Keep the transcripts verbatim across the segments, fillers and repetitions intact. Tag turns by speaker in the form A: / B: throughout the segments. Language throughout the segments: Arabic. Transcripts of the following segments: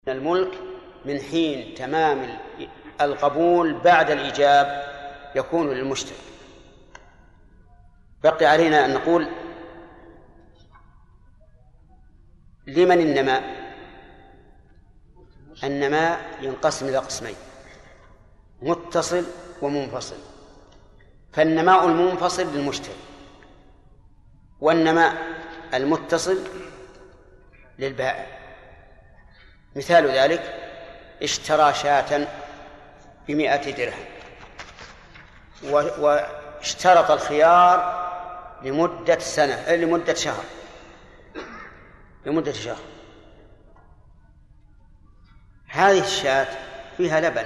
A: الملك من حين تمام القبول بعد الإيجاب يكون للمشتري. بقي علينا أن نقول لمن النماء؟ النماء ينقسم إلى قسمين: متصل ومنفصل. فالنماء المنفصل للمشتري، والنماء المتصل للبائع. مثال ذلك: اشترى شاة بمئة درهم واشترط الخيار لمدة سنة لمدة شهر لمدة شهر هذه الشاة فيها لبن،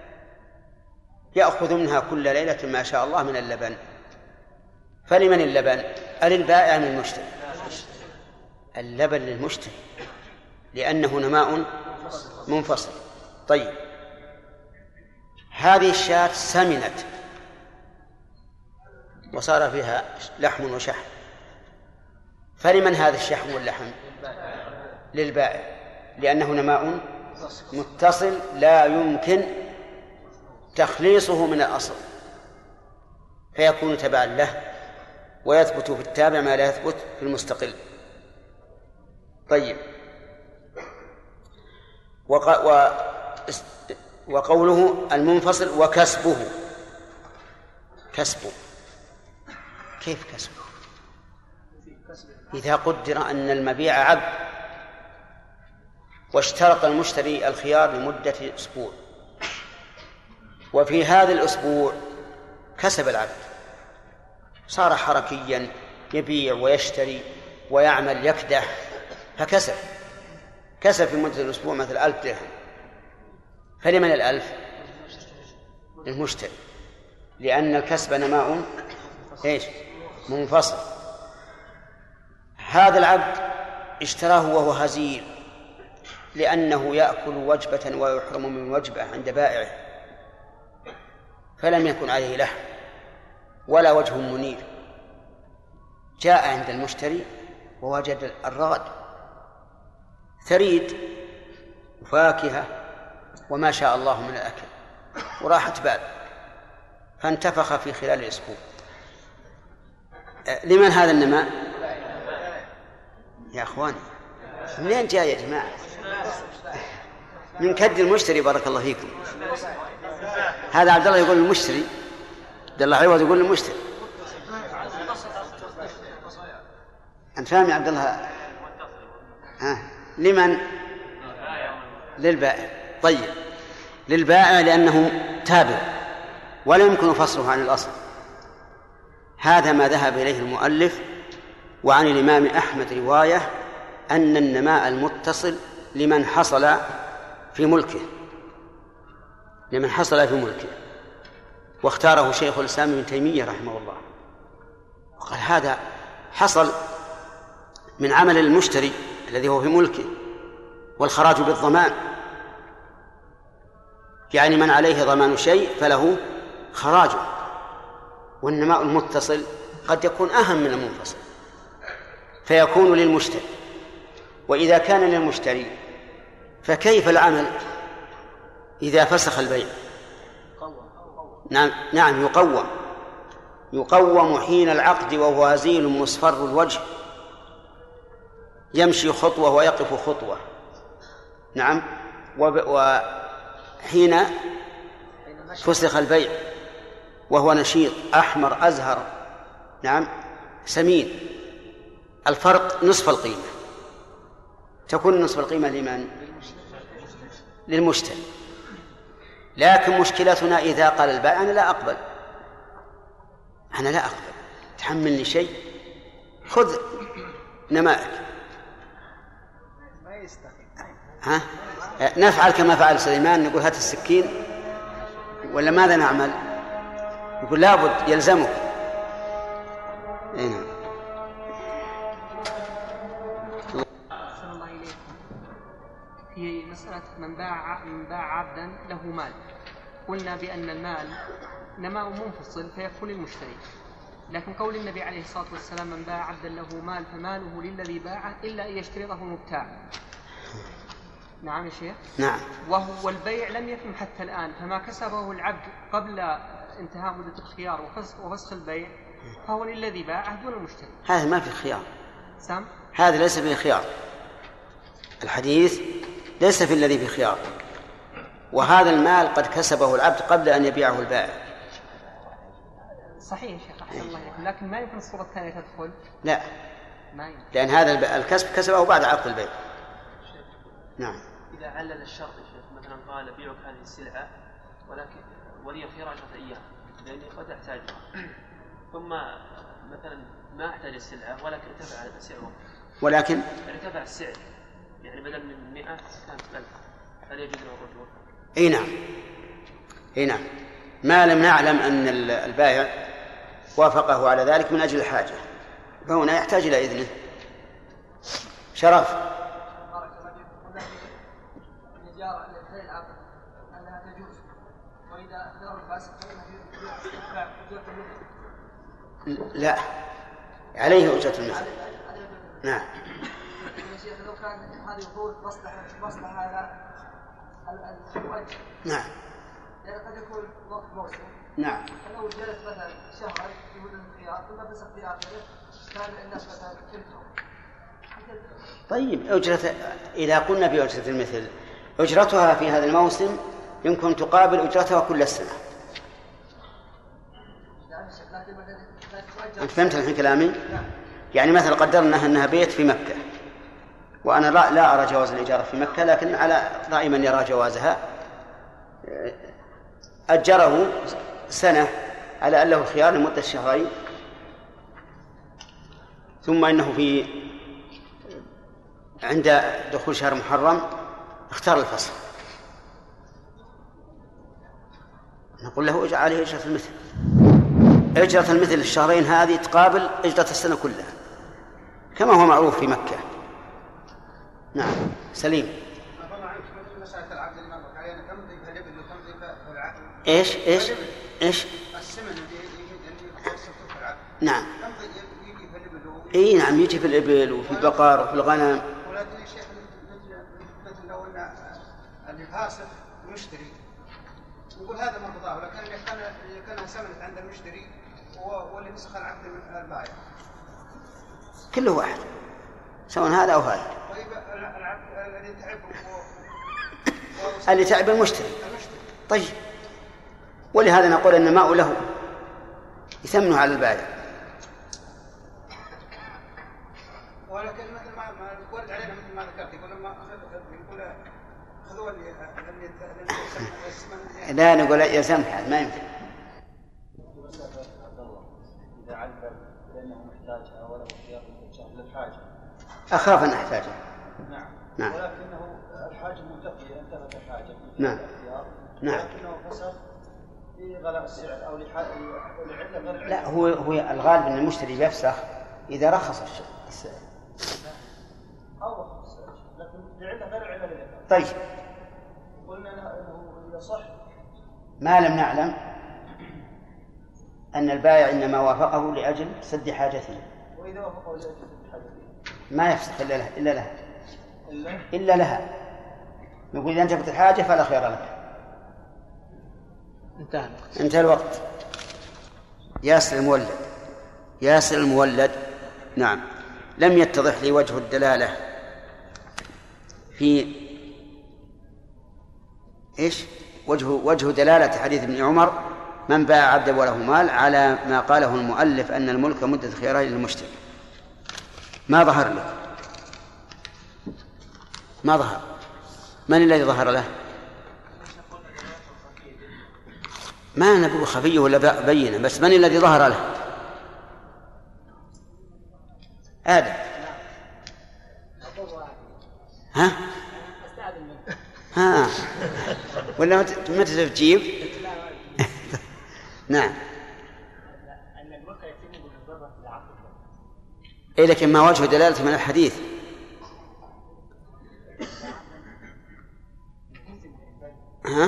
A: يأخذ منها كل ليلة ما شاء الله من اللبن. فلمن اللبن؟ للبائع من المشتري؟ اللبن للمشتري، لأنه نماء منفصل. طيب، هذه الشاة سمنت وصار فيها لحم وشحم، فلمن هذا الشحم واللحم؟ للبائع، لأنه نماء متصل لا يمكن تخليصه من الأصل، فيكون تبعا له، ويثبت في التابع ما لا يثبت في المستقل. طيب، وق... و... وقوله المنفصل وكسبه. كسبه كيف كسبه؟ إذا قدر أن المبيع عبد واشترط المشتري الخيار لمدة أسبوع، وفي هذا الأسبوع كسب العبد، صار حركيا يبيع ويشتري ويعمل يكدح، فكسب كسب في مدة الأسبوع مثل ألف درهم. فلمن الألف؟ للمشتري، لأن الكسب نماء إيش؟ منفصل. هذا العبد اشتراه وهو هزيل، لأنه يأكل وجبة ويحرم من وجبة عند بائعه، فلم يكن عليه لحم ولا وجه منير. جاء عند المشتري ووجد الرغد ثريد وفاكهة وما شاء الله من الأكل، وراحت بال، فانتفخ في خلال الأسبوع. لمن هذا النماء؟ يا أخواني، منين جاء يا جماعة؟ من كد المشتري، بارك الله فيكم. هذا عبد الله يقول المشتري، عبد الله عوض يقول المشتري. أنت فاهم يا عبد الله؟ ها، لمن؟ للبائع. طيب، للبائع لأنه تابع ولا يمكن فصله عن الأصل. هذا ما ذهب إليه المؤلف. وعن الإمام أحمد رواية أن النماء المتصل لمن حصل في ملكه لمن حصل في ملكه واختاره شيخ الإسلام ابن تيمية رحمه الله، وقال هذا حصل من عمل المشتري الذي هو في ملكه، والخراج بالضمان، يعني من عليه ضمان شيء فله خراجه. والنماء المتصل قد يكون أهم من المنفصل، فيكون للمشتري. وإذا كان للمشتري فكيف العمل إذا فسخ البيع؟ نعم نعم يقوم يقوم حين العقد وهو هزيل مصفر الوجه، يمشي خطوة ويقف خطوة. نعم. وحين فسخ البيع وهو نشيط أحمر أزهر، نعم، سمين، الفرق نصف القيمة، تكون نصف القيمة لمن؟ للمشتري. لكن مشكلتنا إذا قال البائع أنا لا أقبل أنا لا أقبل تحملني شيء، خذ نمائك. ها؟ نفعل كما فعل سليمان، نقول هات السكين ولا ماذا نعمل؟ يقول لابد يلزمك. إيه.
B: في مسألة من باع من باع عبدا له مال، قلنا بأن المال نماء منفصل فيكون للمشتري، لكن قول النبي عليه الصلاة والسلام من باع عبدا له مال فماله للذي باعه إلا أن يشترطه مبتاع، نعم يا شيخ.
A: نعم.
B: وهو البيع لم يتم حتى الآن، فما كسبه العبد قبل انتهاء مدة الخيار وفسخ البيع فهو للذي باعه دون المشتري.
A: هذا ما في خيار.
B: سام؟
A: هذا ليس فيه خيار. الحديث ليس في الذي في خيار، وهذا المال قد كسبه العبد قبل أن يبيعه البائع.
B: صحيح يا شيخ أحسن الله عليكم، لكن ما يمكن الصورة الثانية تدخل.
A: لا،
B: ما يمكن.
A: لأن هذا الكسب كسبه بعد عقد البيع. نعم.
C: إذا علل الشرط يا شيخ مثلا قال بيعك هذه السلعة ولكن ولي خيار عشرة أيام لأني قد أحتاجها، ثم مثلا ما أحتاج السلعة ولكن ارتفع سعره،
A: ولكن
C: ارتفع السعر يعني بدل من مئة كانت ألف، هل يجوز له الرجوع؟
A: اي نعم، اي نعم، ما لم نعلم أن البائع وافقه على ذلك من أجل الحاجة، فهنا يحتاج إلى إذنه. شرف. لا، عليه أجرة المثل. نعم.
D: لو كان هذه الوقود مصلحة مصلحة على الوجه.
A: نعم.
D: يعني قد يكون وقت موسم.
A: نعم.
D: فلو جلس مثلا شهرا في مدة الخيار ثم فسخ في آخره كان الناس مثلا تلتهم.
A: طيب أجرة، إذا قلنا بأجرة المثل أجرتها في هذا الموسم يمكن تقابل أجرتها كل السنة. أنت فهمت الحين كلامي؟ يعني مثلا قدرنا أنها بيت في مكة، وأنا لا, لا أرى جواز الإجارة في مكة، لكن على رأي من يرى جوازها أجره سنة على أن له الخيار لمدة شهرين، ثم إنه في عند دخول شهر محرم اختار الفصل، نقول له عليه أجرة المثل. أجرة المثل الشهرين هذه تقابل أجرة السنة كلها كما هو معروف في مكة. نعم. سليم. ايش ايش ايش نعم. اي نعم، يجي في الإبل وفي البقر وفي الغنم.
E: ولكن يا شيخ مثل لو ان اللي فاسق مشتري يقول هذا مرضاه، ولكن اللي كان اللي كان سمنت عند المشتري واللي فسخ العقد من البائع
A: كله واحد سواء هذا او هذا.
E: طيب العقد الذي تعب
A: اللي تعب المشتري. طيب، ولهذا نقول ان ماء له يثمنه على البائع.
E: ولكن مثل ما ما ورد علينا مثل ما ذكرت يقول لما يقول خذوا اللي السمن.
A: لا نقول يا سمح ما يمكن.
F: إذا علل لأنه محتاجها وله خيار للحاجة.
A: أخاف أن أحتاجها.
F: نعم.
A: نعم.
F: ولكنه الحاجة منتقية، انتهت الحاجة.
A: نعم. نعم.
F: ولكنه فسخ لغلاء السعر أو لعلة غير العلة.
A: لا، هو هو الغالب أن المشتري بيفسخ إذا رخص السعر.
F: أو رخص السعر، لكن لعلة غير العلة للإثم.
A: طيب.
F: قلنا أنه يصح.
A: ما لم نعلم أن البائع إنما وافقه لأجل سد حاجته.
F: وإذا وافقه لأجل سد حاجته
A: ما يفسخ إلا لها إلا لها
F: إلا,
A: إلا لها. نقول إذا انتهت الحاجة فلا خير لك.
B: انتهى
A: انتهى الوقت. ياسر المولد. ياسر المولد. نعم. لم يتضح لي وجه الدلالة في إيش وجه وجه دلالة حديث ابن عمر من باع عبدا وله مال على ما قاله المؤلف أن الملك مدة خياره للمشتري. ما ظهر له، ما ظهر. من الذي ظهر له؟ ما نقول خفيه ولا بينه، بس من الذي ظهر له؟ آدم. ها؟ ها ولا متى تجيب؟ نعم. إيه، لكن ما وجه دلالة من الحديث؟ ها؟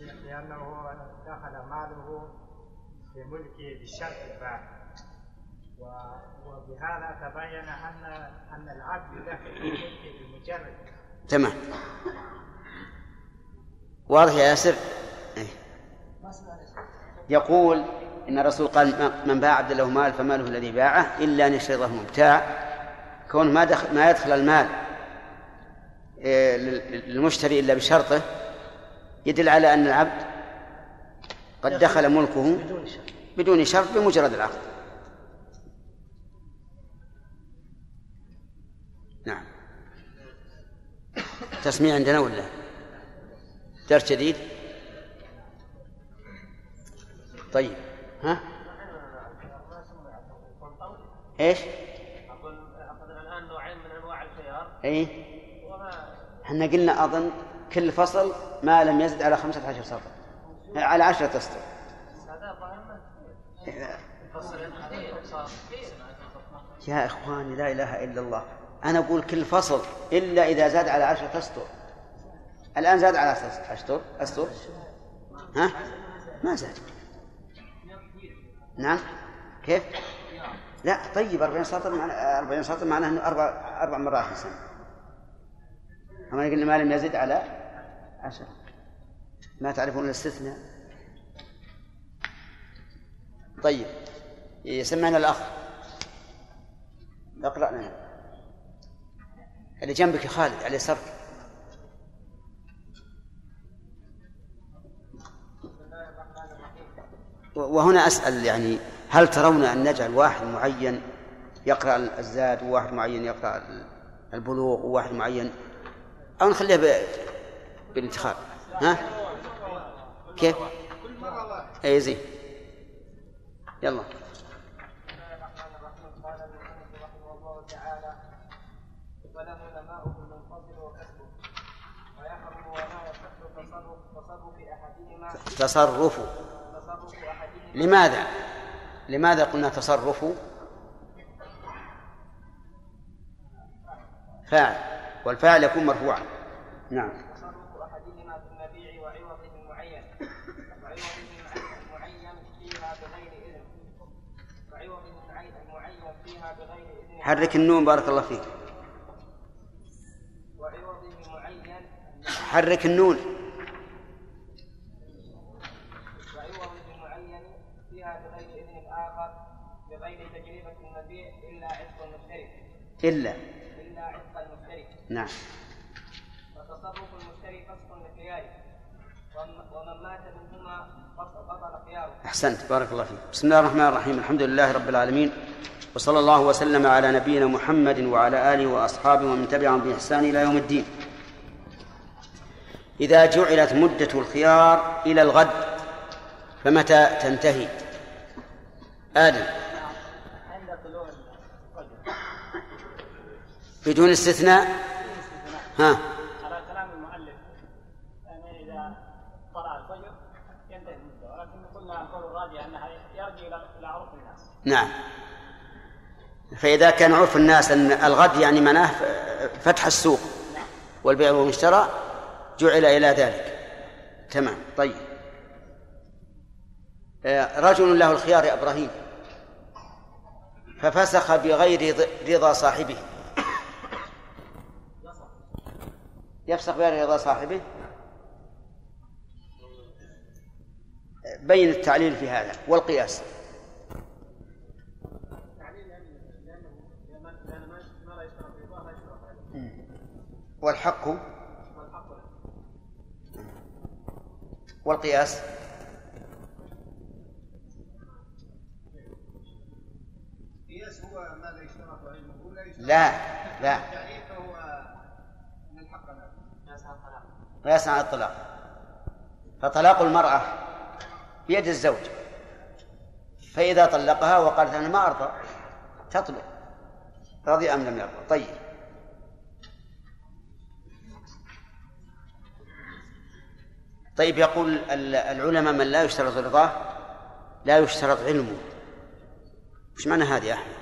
G: لأنه دخل ماله في ملكه بالشرط البائع. وبهذا تبين أن أن العبد له المجرد.
A: تمام. واضح يا ياسر؟ إيه. يقول إن الرسول قال من باع عبد له مال فماله الذي باعه إلا أن يشترطه المبتاع. كون ما دخل ما يدخل المال للمشتري إلا بشرطه يدل على أن العبد قد دخل ملكه بدون شرط بمجرد العقد. نعم. تسميع عندنا ولا درس جديد؟ طيب ها ايش؟
C: أقول أخذنا الآن نوعين من أنواع الخيار.
A: اي احنا قلنا أظن كل فصل ما لم يزد على خمسة عشر سطر على عشرة أسطر. يا إخواني لا إله إلا الله، أنا أقول كل فصل إلا إذا زاد على عشرة أسطر. الآن زاد على أسطر أسطر ها ما زاد. نعم كيف؟ لا طيب أربعين سطر معناه أربعين سطر معناه إنه أربع أربع مرات في السنة. أما قلنا ما لم يزد على عشرة. ما تعرفون الاستثناء؟ طيب يسمعنا الأخ اقرأ لنا اللي جنبك يا خالد على يسارك. وهنا أسأل يعني هل ترون أن نجعل واحد معين يقرأ الزاد وواحد معين يقرأ البلوغ وواحد معين أو نخليها بالانتخاب؟ ها كيف؟ أي زين يلا. تصرف. لماذا لماذا قلنا تصرف؟ فاعل والفاعل يكون مرفوعا. نعم.
G: تصرف أحدهما في المبيع وعوضه المعين وعوضه المعين فيها بغير إذن وعوضه المعين فيها بغير إذن.
A: حرك النون بارك الله فيك.
G: وعوضه المعين
A: حرك النون.
G: وعوضه المعين فيها بغير إذن الآخر بغير تجربة المبيع إلا عتق المشتري.
A: إلا
G: إلا عتق المشتري.
A: نعم.
G: وتصرف المشتري فسق لخياره ومن مات منهما بطل خياره.
A: أحسنت بارك الله فيك. بسم الله الرحمن الرحيم. الحمد لله رب العالمين وصلى الله وسلم على نبينا محمد وعلى آله وأصحابه ومن تبعهم بإحسان إلى يوم الدين. إذا جعلت مدة الخيار إلى الغد فمتى تنتهي؟ آدم. بدون استثناء. ها
G: على كلام المؤلف يعني إذا طلع الفجر ينتهي المدة، ولكن قلنا القول الراجح أنها يرجع إلى عرف الناس.
A: نعم. فإذا كان عرف الناس أن الغد يعني معناه فتح السوق والبيع والشراء جعل إلى ذلك. تمام. طيب رجل له الخيار يا إبراهيم ففسخ بغير رضا صاحبه. يفسخ بغير رضا صاحبه. بين التعليل في هذا والقياس. والحق والقياس.
E: القياس هو ما لا يشترط علمه لا يشترط.
A: لا لا قياس على الطلاق. فطلاق المرأة بيد الزوج، فإذا طلقها وقالت أنا ما أرضى تطلق، رضي أم لم يرضى. طيب طيب يقول العلماء من لا يشترط رضاه لا يشترط علمه. وش معنى هذا يا أحمد؟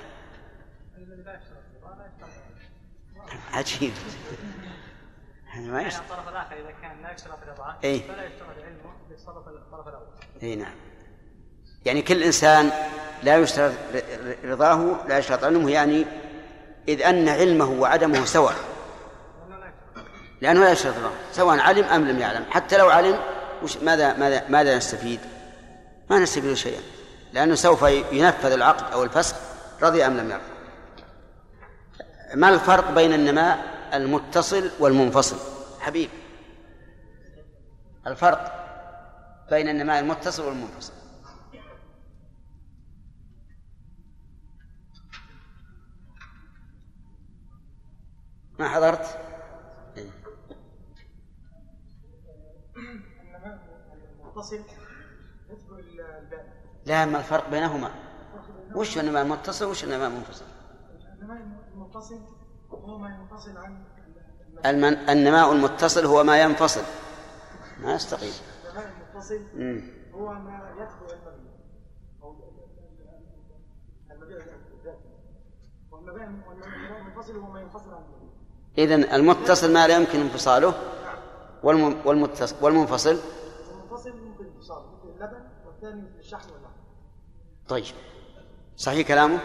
A: عجيب. ما
G: يعني الطرف الآخر إذا كان لا يشترط رضاه
A: إيه؟
G: فلا يشترط علمه يتصرف الطرف الأول.
A: إيه نعم. يعني كل إنسان لا يشترط رضاه لا يشترط علمه، يعني إذ أن علمه وعدمه سواء، لأنه لا يشترط رضاه سواء علم أم لم يعلم. حتى لو علم ماذا ماذا ماذا نستفيد؟ ما نستفيد شيئا، لأنه سوف ينفذ العقد أو الفسخ رضي أم لم يرضى. ما الفرق بين النماء المتصل والمنفصل؟ حبيب، الفرق بين النماء المتصل والمنفصل. ما حضرت؟ إيه؟
H: النماء المتصل يدخل الباء.
A: لا، ما الفرق بينهما؟ وش النماء المتصل وش النماء المنفصل؟
H: النماء المتصل هو ما ينفصل عن
A: المن... النماء المتصل هو ما ينفصل، ما يستقيم.
H: النماء المتصل هو ما يدخل المبيع أو المبيع الذاتي، والنماء المنفصل هو ما ينفصل عن المبيع.
A: إذن المتصل ما لا يمكن انفصاله، والم... والمتصل والمنفصل
H: المنفصل ممكن انفصاله، مثل اللبن، والثاني مثل الشحم واللحم.
A: طيب، صحيح كلامه؟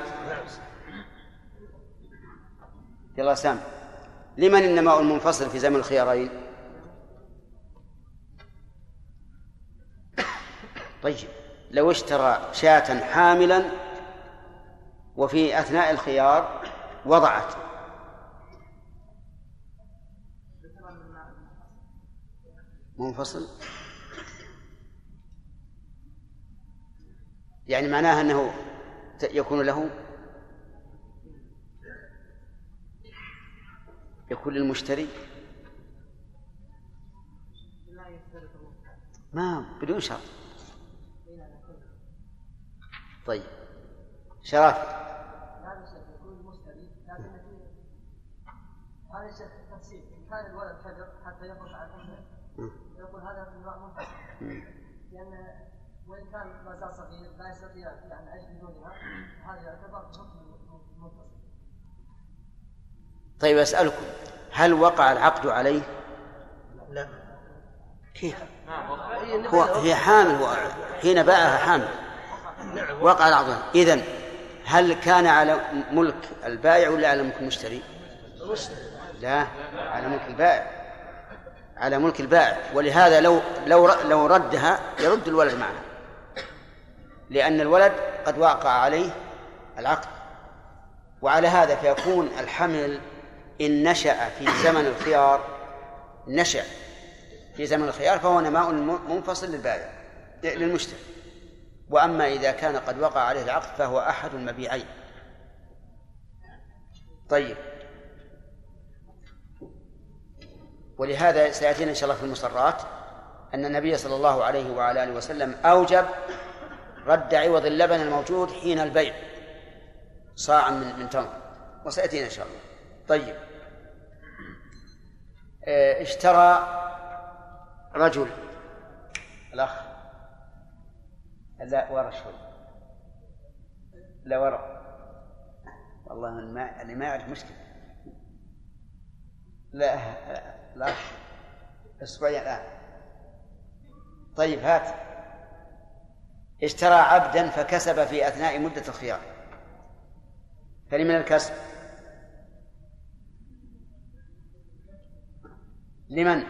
A: يلا سام، لمن النماء المنفصل في زمن الخيارين؟ طيب، لو اشترى شاة حاملا وفي أثناء الخيار وضعت، منفصل، يعني معناها أنه يكون له يكون للمشتري ما بدون شرط. طيب شرف،
D: هذا الشيء يكون المشتري، لكن هذا الشيء تفسير إن كان الولد كبر حتى يخرج عن أمه يقول هذا النوع منفصل، لأن وإن كان ما زال صغير لا يستطيع أن يعيش بدونها، هذا يعتبر منفصل.
A: طيب أسألكم، هل وقع العقد عليه؟
D: لا.
A: كيف؟ هو هي حامل، هو حين باعها حامل وقع العقد. إذن هل كان على ملك البائع ولا على ملك المشتري؟ لا، على ملك البائع، على ملك البائع. ولهذا لو لو لو ردها يرد الولد معها، لأن الولد قد وقع عليه العقد. وعلى هذا فيكون الحمل إن نشأ في زمن الخيار نشأ في زمن الخيار فهو نماء منفصل للبائع للمشتري. وأما إذا كان قد وقع عليه العقد فهو أحد المبيعين. طيب، ولهذا سيأتينا إن شاء الله في المصرات أن النبي صلى الله عليه وعلى آله وسلم أوجب رد عوض اللبن الموجود حين البيع صاعا من من تمر، وسيأتينا إن شاء الله. طيب، اشترى رجل الأخ لا ورا شوي لا ورا والله ما اللي ما يعرف مشكلة لا لا اسبوعين الآن. طيب هات، اشترى عبدا فكسب في أثناء مدة الخيار، فلمن الكسب؟ لمن؟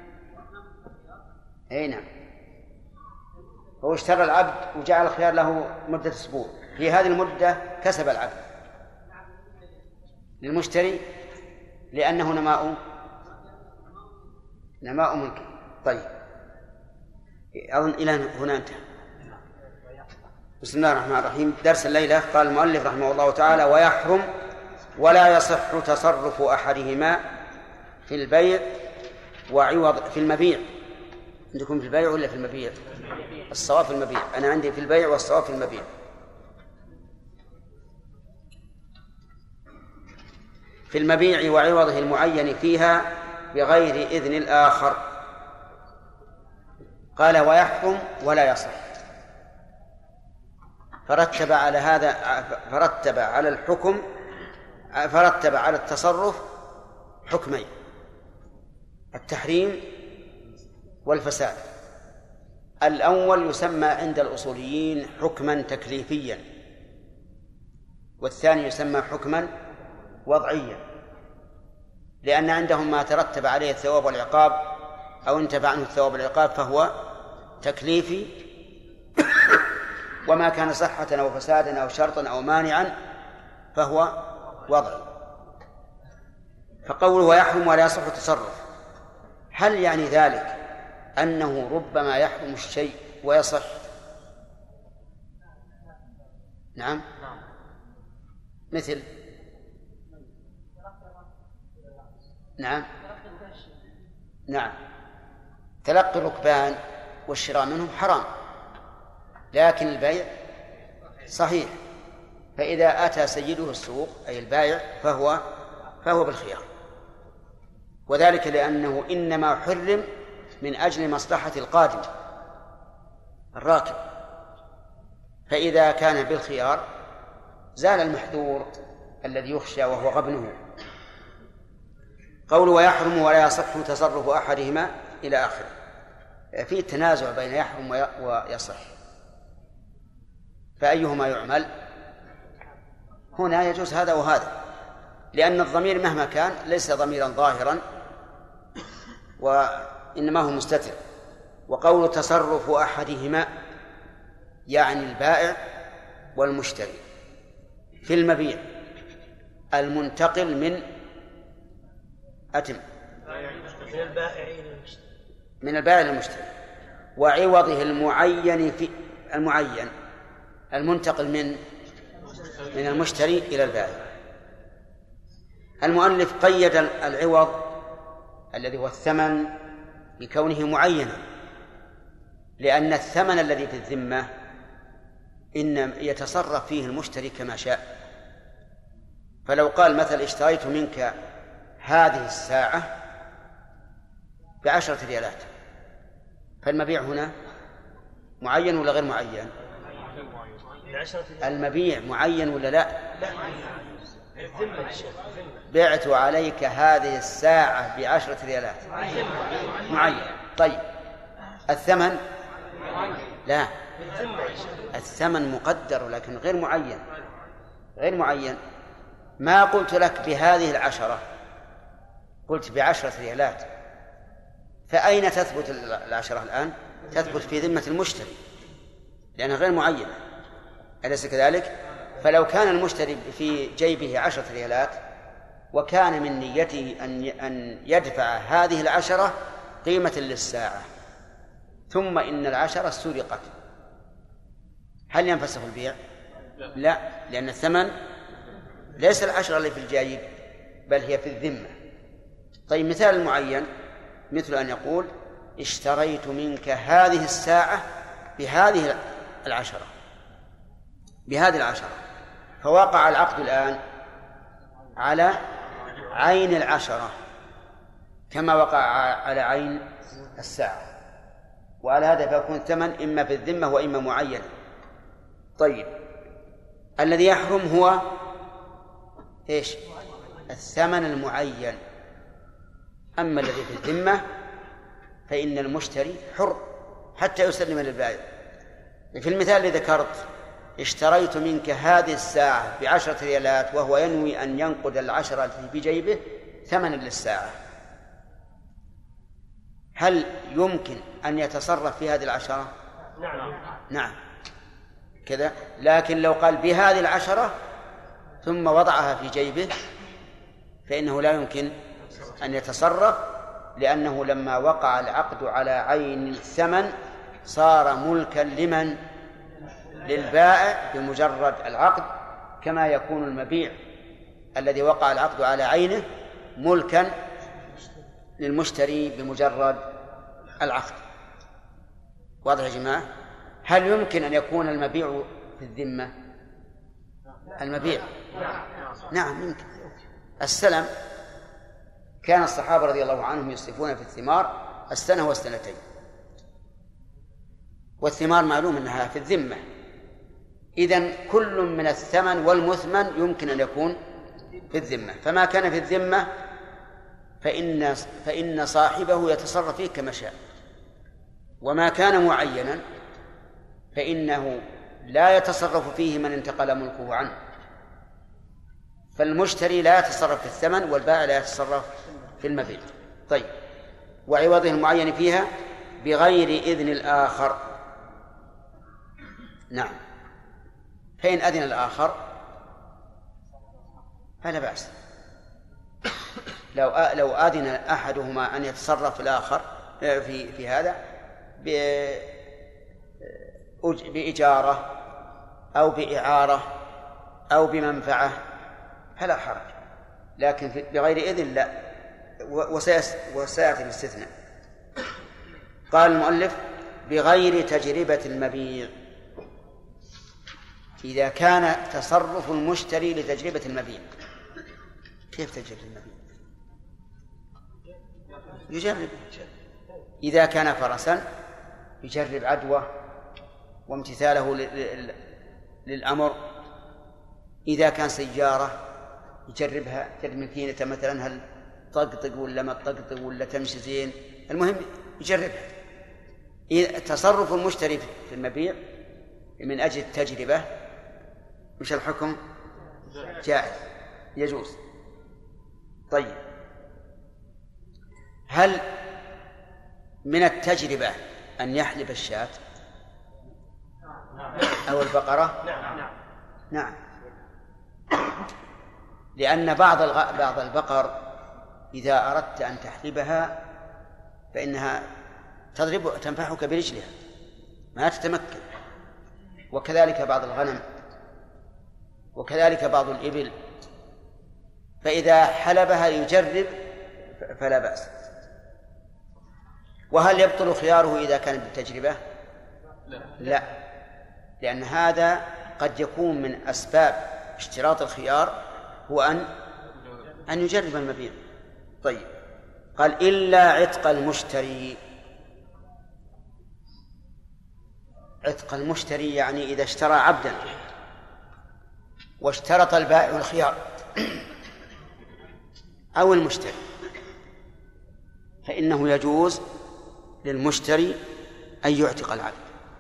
A: أي نعم، هو اشترى العبد وجعل الخيار له مدة أسبوع، في هذه المدة كسب العبد للمشتري لأنه نماء نماء ملك. طيب، أظن إلى هنا انتهى. بسم الله الرحمن الرحيم. درس الليلة قال المؤلف رحمه الله تعالى: ويحرم ولا يصح تصرف أحدهما في البيع وعوض في المبيع. عندكم في البيع ولا في المبيع؟ الصواب في المبيع، أنا عندي في البيع والصواب في المبيع. في المبيع وعوضه المعين فيها بغير إذن الآخر. قال ويحرم ولا يصح، فرتب على هذا فرتب على الحكم فرتب على التصرف حكمين: التحريم والفساد. الأول يسمى عند الأصوليين حكما تكليفيا، والثاني يسمى حكما وضعيا، لأن عندهم ما ترتب عليه الثواب والعقاب أو انتفع عنه الثواب والعقاب فهو تكليفي، وما كان صحة أو فسادا أو شرطا أو مانعا فهو وضعي. فقوله ويحرم ولا يصح تصرف، هل يعني ذلك أنه ربما يحرم الشيء ويصح؟ نعم. مثل نعم نعم تلقي الركبان والشراء منهم حرام، لكن البيع صحيح، فإذا أتى سيده السوق أي البائع فهو فهو بالخيار، وذلك لأنه إنما حرم من أجل مصلحة القادم الراكب، فإذا كان بالخيار زال المحذور الذي يخشى وهو غبنه. قول ويحرم ولا يصح تصرف أحدهما إلى آخره، في تنازع بين يحرم ويصح، فأيهما يعمل؟ هنا يجوز هذا وهذا، لأن الضمير مهما كان ليس ضميرا ظاهرا وإنما هو مستتر. وقول تصرف أحدهما يعني البائع والمشتري في المبيع المنتقل من أتم
I: من البائع
A: من البائع للمشتري، وعوضه المعين في المعين المنتقل من من المشتري إلى البائع. المؤلف قيد العوض الذي هو الثمن بكونه معينا، لأن الثمن الذي في الذمة إن يتصرف فيه المشتري كما شاء. فلو قال مثل اشتريت منك هذه الساعة بعشرة ريالات، فالمبيع هنا معين ولا غير معين؟ المبيع معين ولا لا؟ بعت عليك هذه الساعة بعشرة ريالات معين. طيب الثمن لا، الثمن مقدر لكن غير معين، غير معين. ما قلت لك بهذه العشرة، قلت بعشرة ريالات، فأين تثبت العشرة الآن؟ تثبت في ذمة المشتري لأنها غير معينة، أليس كذلك؟ فلو كان المشتري في جيبه عشرة ريالات وكان من نيته أن يدفع هذه العشرة قيمة للساعة، ثم إن العشرة سرقت، هل ينفسخ البيع؟ لا، لأن الثمن ليس العشرة اللي في الجيب بل هي في الذمة. طيب مثال المعين مثل أن يقول اشتريت منك هذه الساعة بهذه العشرة بهذه العشرة، فوقع العقد الآن على عين العشرة كما وقع على عين الساعة، وعلى هذا فيكون الثمن إما في الذمة وإما معين. طيب الذي يحرم هو إيش؟ الثمن المعين. أما الذي في الذمة فإن المشتري حر حتى يسلم للبائع. في المثال الذي ذكرت اشتريت منك هذه الساعة بعشرة ريالات وهو ينوي أن ينقد العشرة التي في جيبه ثمنا للساعة، هل يمكن أن يتصرف في هذه العشرة؟
I: نعم
A: نعم كذا. لكن لو قال بهذه العشرة ثم وضعها في جيبه فإنه لا يمكن أن يتصرف، لأنه لما وقع العقد على عين الثمن صار ملكا لمن؟ للبائع بمجرد العقد، كما يكون المبيع الذي وقع العقد على عينه ملكا للمشتري بمجرد العقد. واضح يا جماعة؟ هل يمكن أن يكون المبيع في الذمة؟ المبيع نعم يمكن. السلم كان الصحابة رضي الله عنهم يصرفون في الثمار السنة والسنتين، والثمار معلوم أنها في الذمة، إذن كل من الثمن والمثمن يمكن أن يكون في الذمة، فما كان في الذمة فإن, فإن صاحبه يتصرف فيه كما شاء. وما كان معينا فإنه لا يتصرف فيه من انتقل ملكه عنه، فالمشتري لا يتصرف في الثمن والبائع لا يتصرف في المبيع. طيب، وعوضه المعين فيها بغير إذن الآخر. نعم، فإن أذن الآخر فلا بأس. لو لو أذن أحدهما أن يتصرف في الآخر في في هذا بإجارة أو بإعارة أو بمنفعة فلا حرج، لكن بغير إذن لا، وسيأتي الاستثناء. قال المؤلف بغير تجربة المبيع، إذا كان تصرف المشتري لتجربة المبيع. كيف تجربة المبيع؟ يجرب. إذا كان فرسا يجرب عدوى وامتثاله للأمر. إذا كان سيارة يجربها، تجرب ماكينة مثلا هل طقطق ولا ما تطقطق ولا تمشي زين، المهم يجربها. تصرف المشتري في المبيع من أجل التجربة مش الحكم جائز يجوز. طيب، هل من التجربة أن يحلب الشاة أو البقرة؟
I: نعم.
A: نعم، لأن بعض الغ... بعض البقر إذا أردت أن تحلبها فإنها تضرب تنفحك برجلها ما تتمكن، وكذلك بعض الغنم، وكذلك بعض الإبل، فإذا حلبها يجرب فلا بأس. وهل يبطل خياره إذا كان بالتجربة؟ لا، لأن هذا قد يكون من أسباب اشتراط الخيار هو أن أن يجرب المبيع. طيب، قال إلا عتق المشتري. عتق المشتري يعني إذا اشترى عبدا واشترط البائع الخيار أو المشتري، فإنه يجوز للمشتري أن يعتق العبد.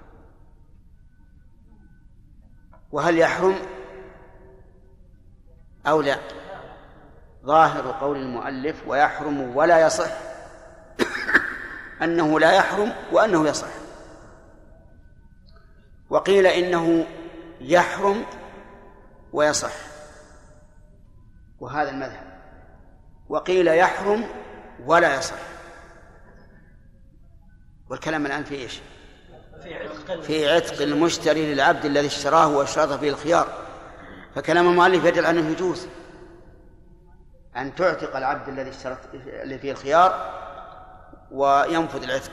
A: وهل يحرم أو لا؟ ظاهر قول المؤلف ويحرم ولا يصح أنه لا يحرم وأنه يصح. وقيل إنه يحرم ويصح، وهذا المذهب. وقيل يحرم ولا يصح. والكلام الآن في إيش؟ في عتق المشتري للعبد الذي اشتراه واشترط فيه الخيار. فكلام المؤلف يدل أنه يجوز أن تعتق العبد الذي اشترط اللي فيه الخيار وينفذ العتق.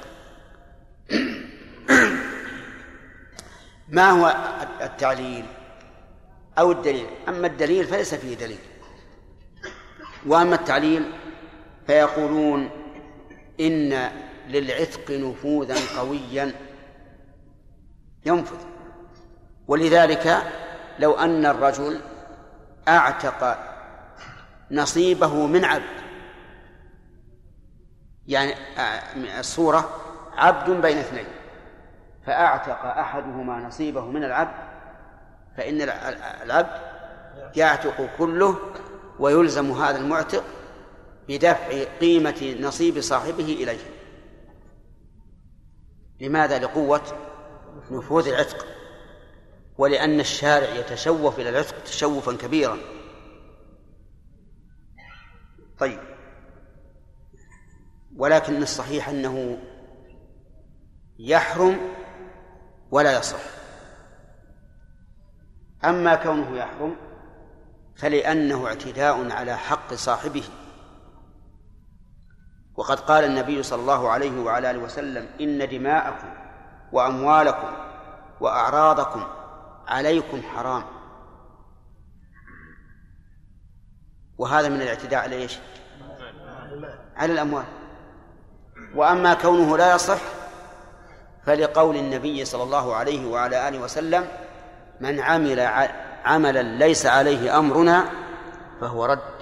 A: ما هو التعليل أو الدليل؟ أما الدليل فليس فيه دليل، وأما التعليل فيقولون إن للعتق نفوذا قويا ينفذ. ولذلك لو أن الرجل أعتق نصيبه من عبد، يعني الصورة عبد بين اثنين، فأعتق أحدهما نصيبه من العبد، فإن العبد يعتق كله ويلزم هذا المعتق بدفع قيمة نصيب صاحبه إليه. لماذا؟ لقوة نفوذ العتق، ولأن الشارع يتشوف إلى العتق تشوفا كبيرا. طيب، ولكن الصحيح أنه يحرم ولا يصح. أما كونه يحرم فلأنه اعتداء على حق صاحبه، وقد قال النبي صلى الله عليه وعلى آله وسلم إن دماءكم وأموالكم وأعراضكم عليكم حرام. وهذا من الاعتداء على إيش؟ على الأموال. وأما كونه لا يصح فلقول النبي صلى الله عليه وعلى آله وسلم من عمل عملا ليس عليه أمرنا فهو رد.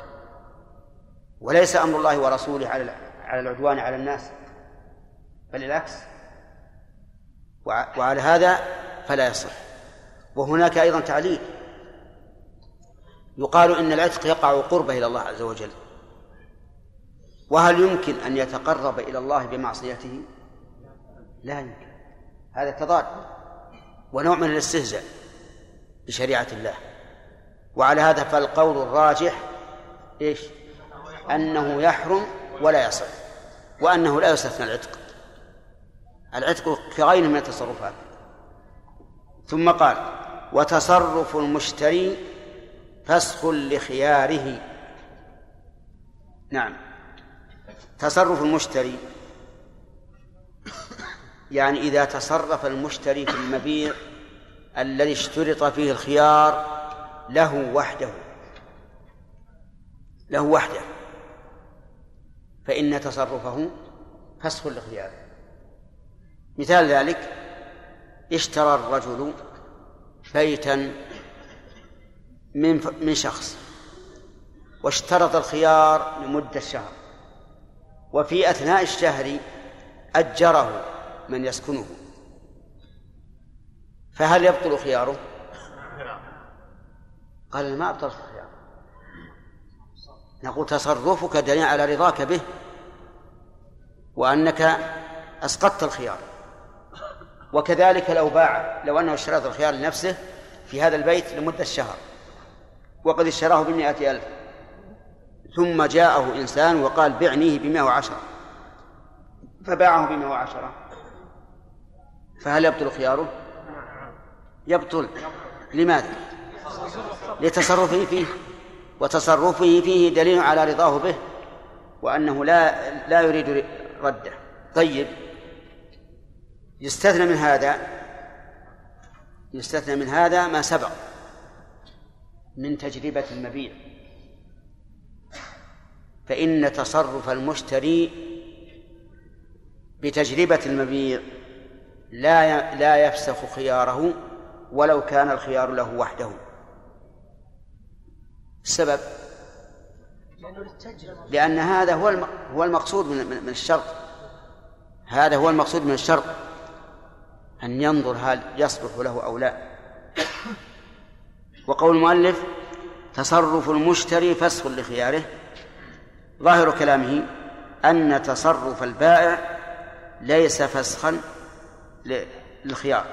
A: وليس أمر الله ورسوله على على العدوان على الناس، بل العكس، وعلى هذا فلا يصح. وهناك أيضا تعليل، يقال إن العتق يقع قربه إلى الله عز وجل، وهل يمكن أن يتقرب إلى الله بمعصيته؟ لا يمكن، هذا تضاد ونوع من الاستهزاء بشريعة الله. وعلى هذا فالقول الراجح إيش؟ أنه يحرم ولا يصح، وأنه لا يستثنى العتق، العتق كغيره من التصرفات. ثم قال: وتصرف المشتري فسخ لخياره. نعم، تصرف المشتري يعني إذا تصرف المشتري في المبيع الذي اشترط فيه الخيار له وحده له وحده فإن تصرفه فسخ لخياره. مثال ذلك: اشترى الرجل بيتا من من شخص واشترط الخيار لمدة شهر، وفي أثناء الشهر أجره من يسكنه، فهل يبطل خياره؟ قال: ما أبطل خياره. نقول: تصرفك دليل على رضاك به وأنك أسقطت الخيار. وكذلك لو باع، لو أنه اشترط الخيار لنفسه في هذا البيت لمدة شهر وقد اشتراه بمئة ألف، ثم جاءه إنسان وقال: بعنيه بمئة وعشرة، فباعه بمئة وعشرة، فهل يبطل خياره؟ يبطل. لماذا؟ لتصرفه فيه، وتصرفه فيه دليل على رضاه به وأنه لا لا يريد رده. طيب، يستثنى من هذا يستثنى من هذا ما سبق من تجربة المبيع، فإن تصرف المشتري بتجربة المبيع لا لا يفسخ خياره ولو كان الخيار له وحده. السبب لأن هذا هو هو المقصود من الشرط، هذا هو المقصود من الشرط، أن ينظر هل يصلح له أو لا. وقول المؤلف: تصرف المشتري فسخ لخياره، ظاهر كلامه أن تصرف البائع ليس فسخا للخيار،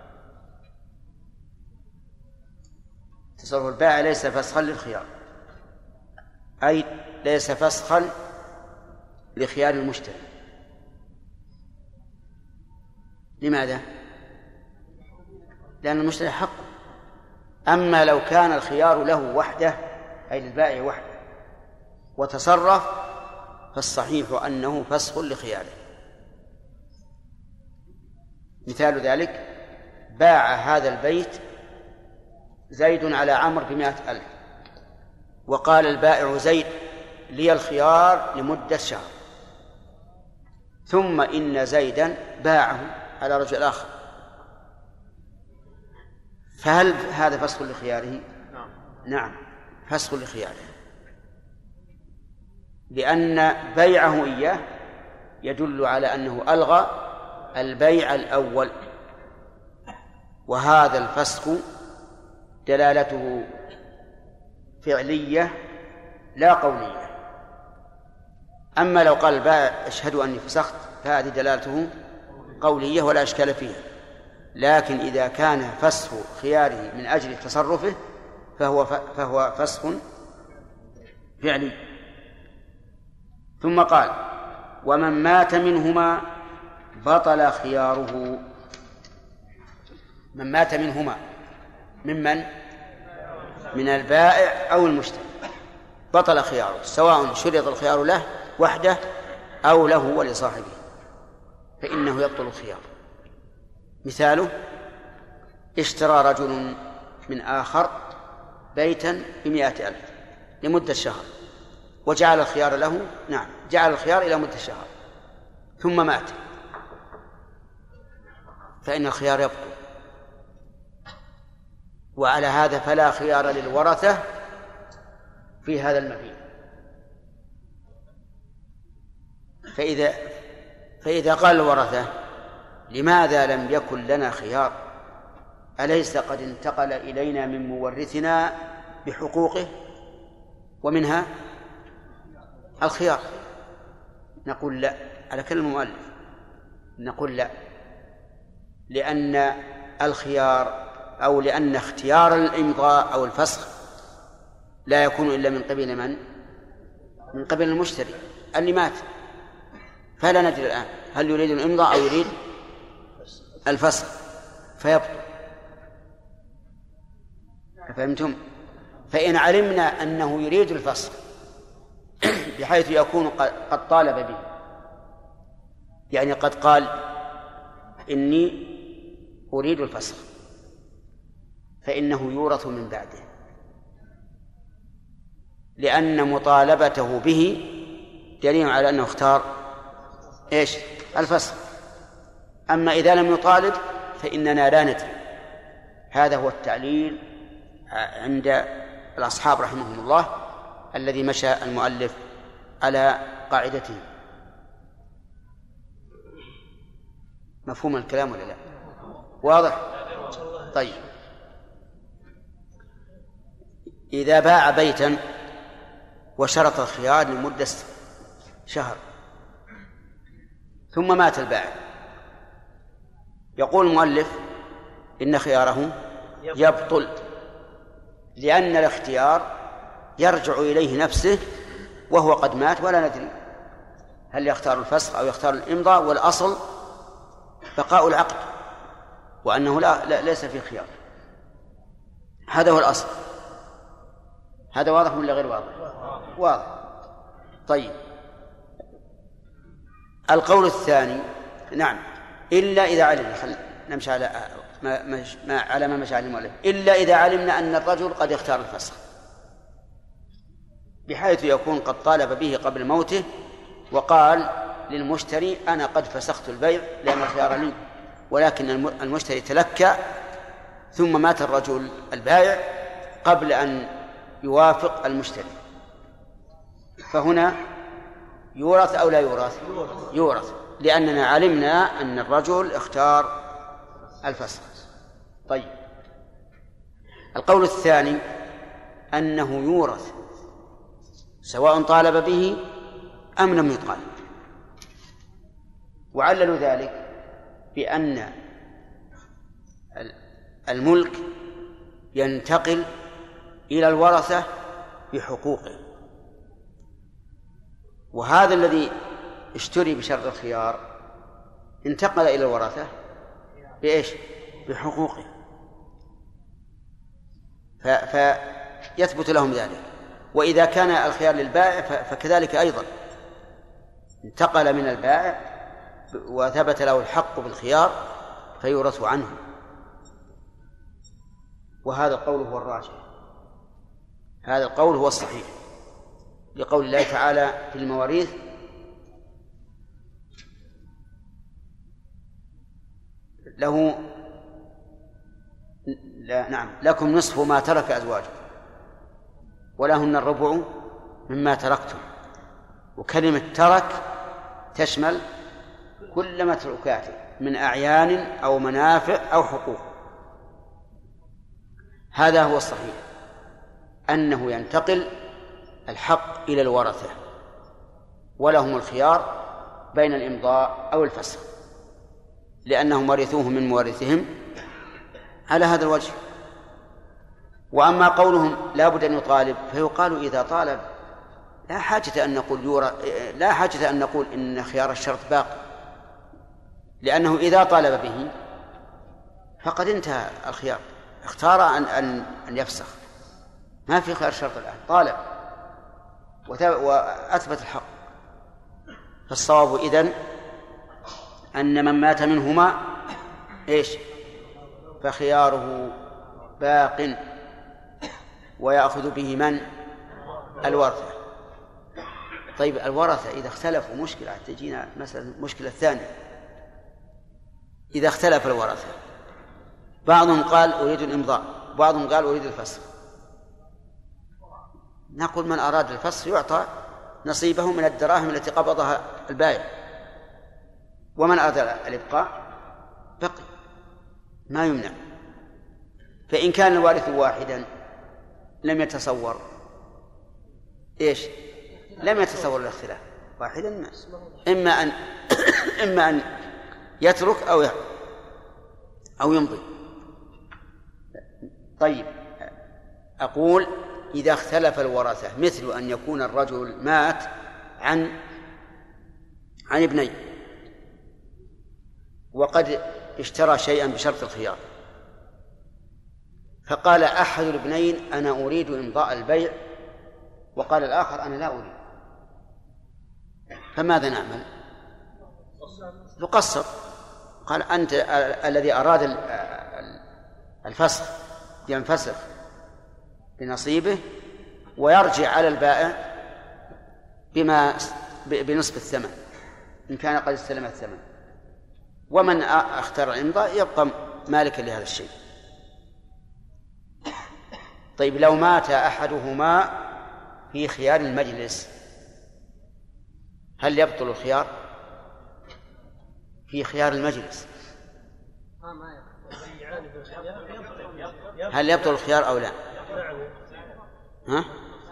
A: تصرف البائع ليس فسخا للخيار، أي ليس فسخا لخيار المشتري. لماذا؟ لأن المشتري حق. أما لو كان الخيار له وحده، أي للبائع وحده، وتصرف، فالصحيح أنه فسخ لخياره. مثال ذلك: باع هذا البيت زيد على عمرو بمائة ألف، وقال البائع زيد: لي الخيار لمدة شهر، ثم إن زيدا باعه على رجل آخر، فهل هذا فسخ لخياره؟ نعم، فسخ لخياره، لأن بيعه إياه يدل على أنه ألغى البيع الأول، وهذا الفسخ دلالته فعلية لا قولية. أما لو قال البائع: اشهد أني فسخت، فهذه دلالته قولية ولا إشكال فيها. لكن إذا كان فسخ خياره من أجل تصرفه فهو فهو فسخ فعلي. ثم قال: ومن مات منهما بطل خياره. من مات منهما ممن؟ من البائع أو المشتري، بطل خياره، سواء شرط الخيار له وحده أو له ولصاحبه، فإنه يبطل الخيار. مثاله: اشترى رجل من آخر بيتا بمئة ألف لمدة شهر، وجعل الخيار له، نعم جعل الخيار إلى مدة شهر، ثم مات، فإن الخيار يبطل. وعلى هذا فلا خيار للورثة في هذا المبيع. فإذا فإذا قال الورثة: لماذا لم يكن لنا خيار؟ أليس قد انتقل إلينا من مورثنا بحقوقه ومنها الخيار؟ نقول لا، على كلام المؤلف نقول لا، لأن الخيار أو لأن اختيار الإمضاء أو الفسخ لا يكون إلا من قبل من؟ من قبل المشتري اللي مات، فلا ندري الآن هل يريد الإمضاء أو يريد الفسخ فيبطل. فهمتم؟ فإن علمنا أنه يريد الفسخ بحيث يكون قد طالب به، يعني قد قال إني أريد الفسخ، فإنه يورث من بعده، لأن مطالبته به دليل على أنه اختار إيش؟ الفسخ. أما إذا لم يطالب فإننا لا ندري. هذا هو التعليل عند الأصحاب رحمهم الله الذي مشى المؤلف على قاعدته. مفهوم الكلام ولا لا؟ واضح؟ طيب، إذا باع بيتا وشرط الخيار لمدة شهر ثم مات البائع، يقول المؤلف إن خياره يبطل، لأن الاختيار يرجع إليه نفسه وهو قد مات ولا ندري هل يختار الفسخ أو يختار الإمضاء، والأصل بقاء العقد وأنه لا, لا ليس في خيار. هذا هو الأصل. هذا واضح ولا غير واضح؟ واضح. طيب، القول الثاني نعم إلا إذا علمنا، خل نمشي على ما, مش ما على ما مشى عليه المؤلف، إلا إذا علمنا أن الرجل قد اختار الفسخ بحيث يكون قد طالب به قبل موته وقال للمشتري أنا قد فسخت البيع لأن الخيار لي، ولكن المشتري تلكى ثم مات الرجل البائع قبل أن يوافق المشتري، فهنا يورث أو لا يورث؟ يورث، لأننا علمنا أن الرجل اختار الفسخ. طيب، القول الثاني أنه يورث سواء طالب به أم لم يطالب، وعللوا ذلك بأن الملك ينتقل إلى الورثة بحقوقه، وهذا الذي اشتري بشرط الخيار انتقل إلى الورثة بإيش؟ بحقوقه، فيثبت لهم ذلك. وإذا كان الخيار للبائع فكذلك أيضا انتقل من البائع وثبت له الحق بالخيار فيورث عنه، وهذا القول هو الراجح، هذا القول هو الصحيح، لقول الله تعالى في المواريث له لا نعم لكم نصف ما ترك أزواجكم ولهن الربع مما تركتم، وكلمة ترك تشمل كل متروكاته من أعيان أو منافع أو حقوق. هذا هو الصحيح، أنه ينتقل الحق إلى الورثة ولهم الخيار بين الإمضاء أو الفسخ، لأنهم ورثوه من مورثهم على هذا الوجه. وأما قولهم لا بد أن يطالب، فيقال إذا طالب لا حاجة أن نقول يورا لا حاجة أن نقول إن خيار الشرط باقي، لأنه إذا طالب به فقد انتهى الخيار، اختار أن أن أن يفسخ، ما في خيار شرط الآن، طالب وأثبت الحق. فالصواب إذن أن من مات منهما إيش؟ فخياره باق ويأخذ به من؟ الورثة. طيب، الورثة إذا اختلفوا مشكلة تجينا مثلا مشكلة ثانية، إذا اختلف الورثة بعضهم قال أريد الإمضاء، بعضهم قال أريد الفسخ، نقول من أراد الفسخ يعطى نصيبه من الدراهم التي قبضها البائع، ومن أراد الإبقاء بقي ما يمنع. فإن كان الوارث واحدا لم يتصور إيش؟ لم يتصور الاختلاف واحدا ما. إما أن إما أن يترك أو أو يمضي. طيب أقول إذا اختلف الورثة مثل أن يكون الرجل مات عن عن ابنين وقد اشترى شيئا بشرط الخيار، فقال أحد الابنين أنا أريد إمضاء البيع وقال الآخر أنا لا أريد، فماذا نعمل؟ نقصر. قال أنت الذي أراد الفسخ ينفسخ بنصيبه ويرجع على البائع بما بنصف الثمن إن كان قد استلم الثمن، ومن اختار الإمضاء يبقى مالكا لهذا الشيء. طيب لو مات أحدهما في خيار المجلس هل يبطل الخيار؟ في خيار المجلس هل يبطل الخيار أو لا؟ ها؟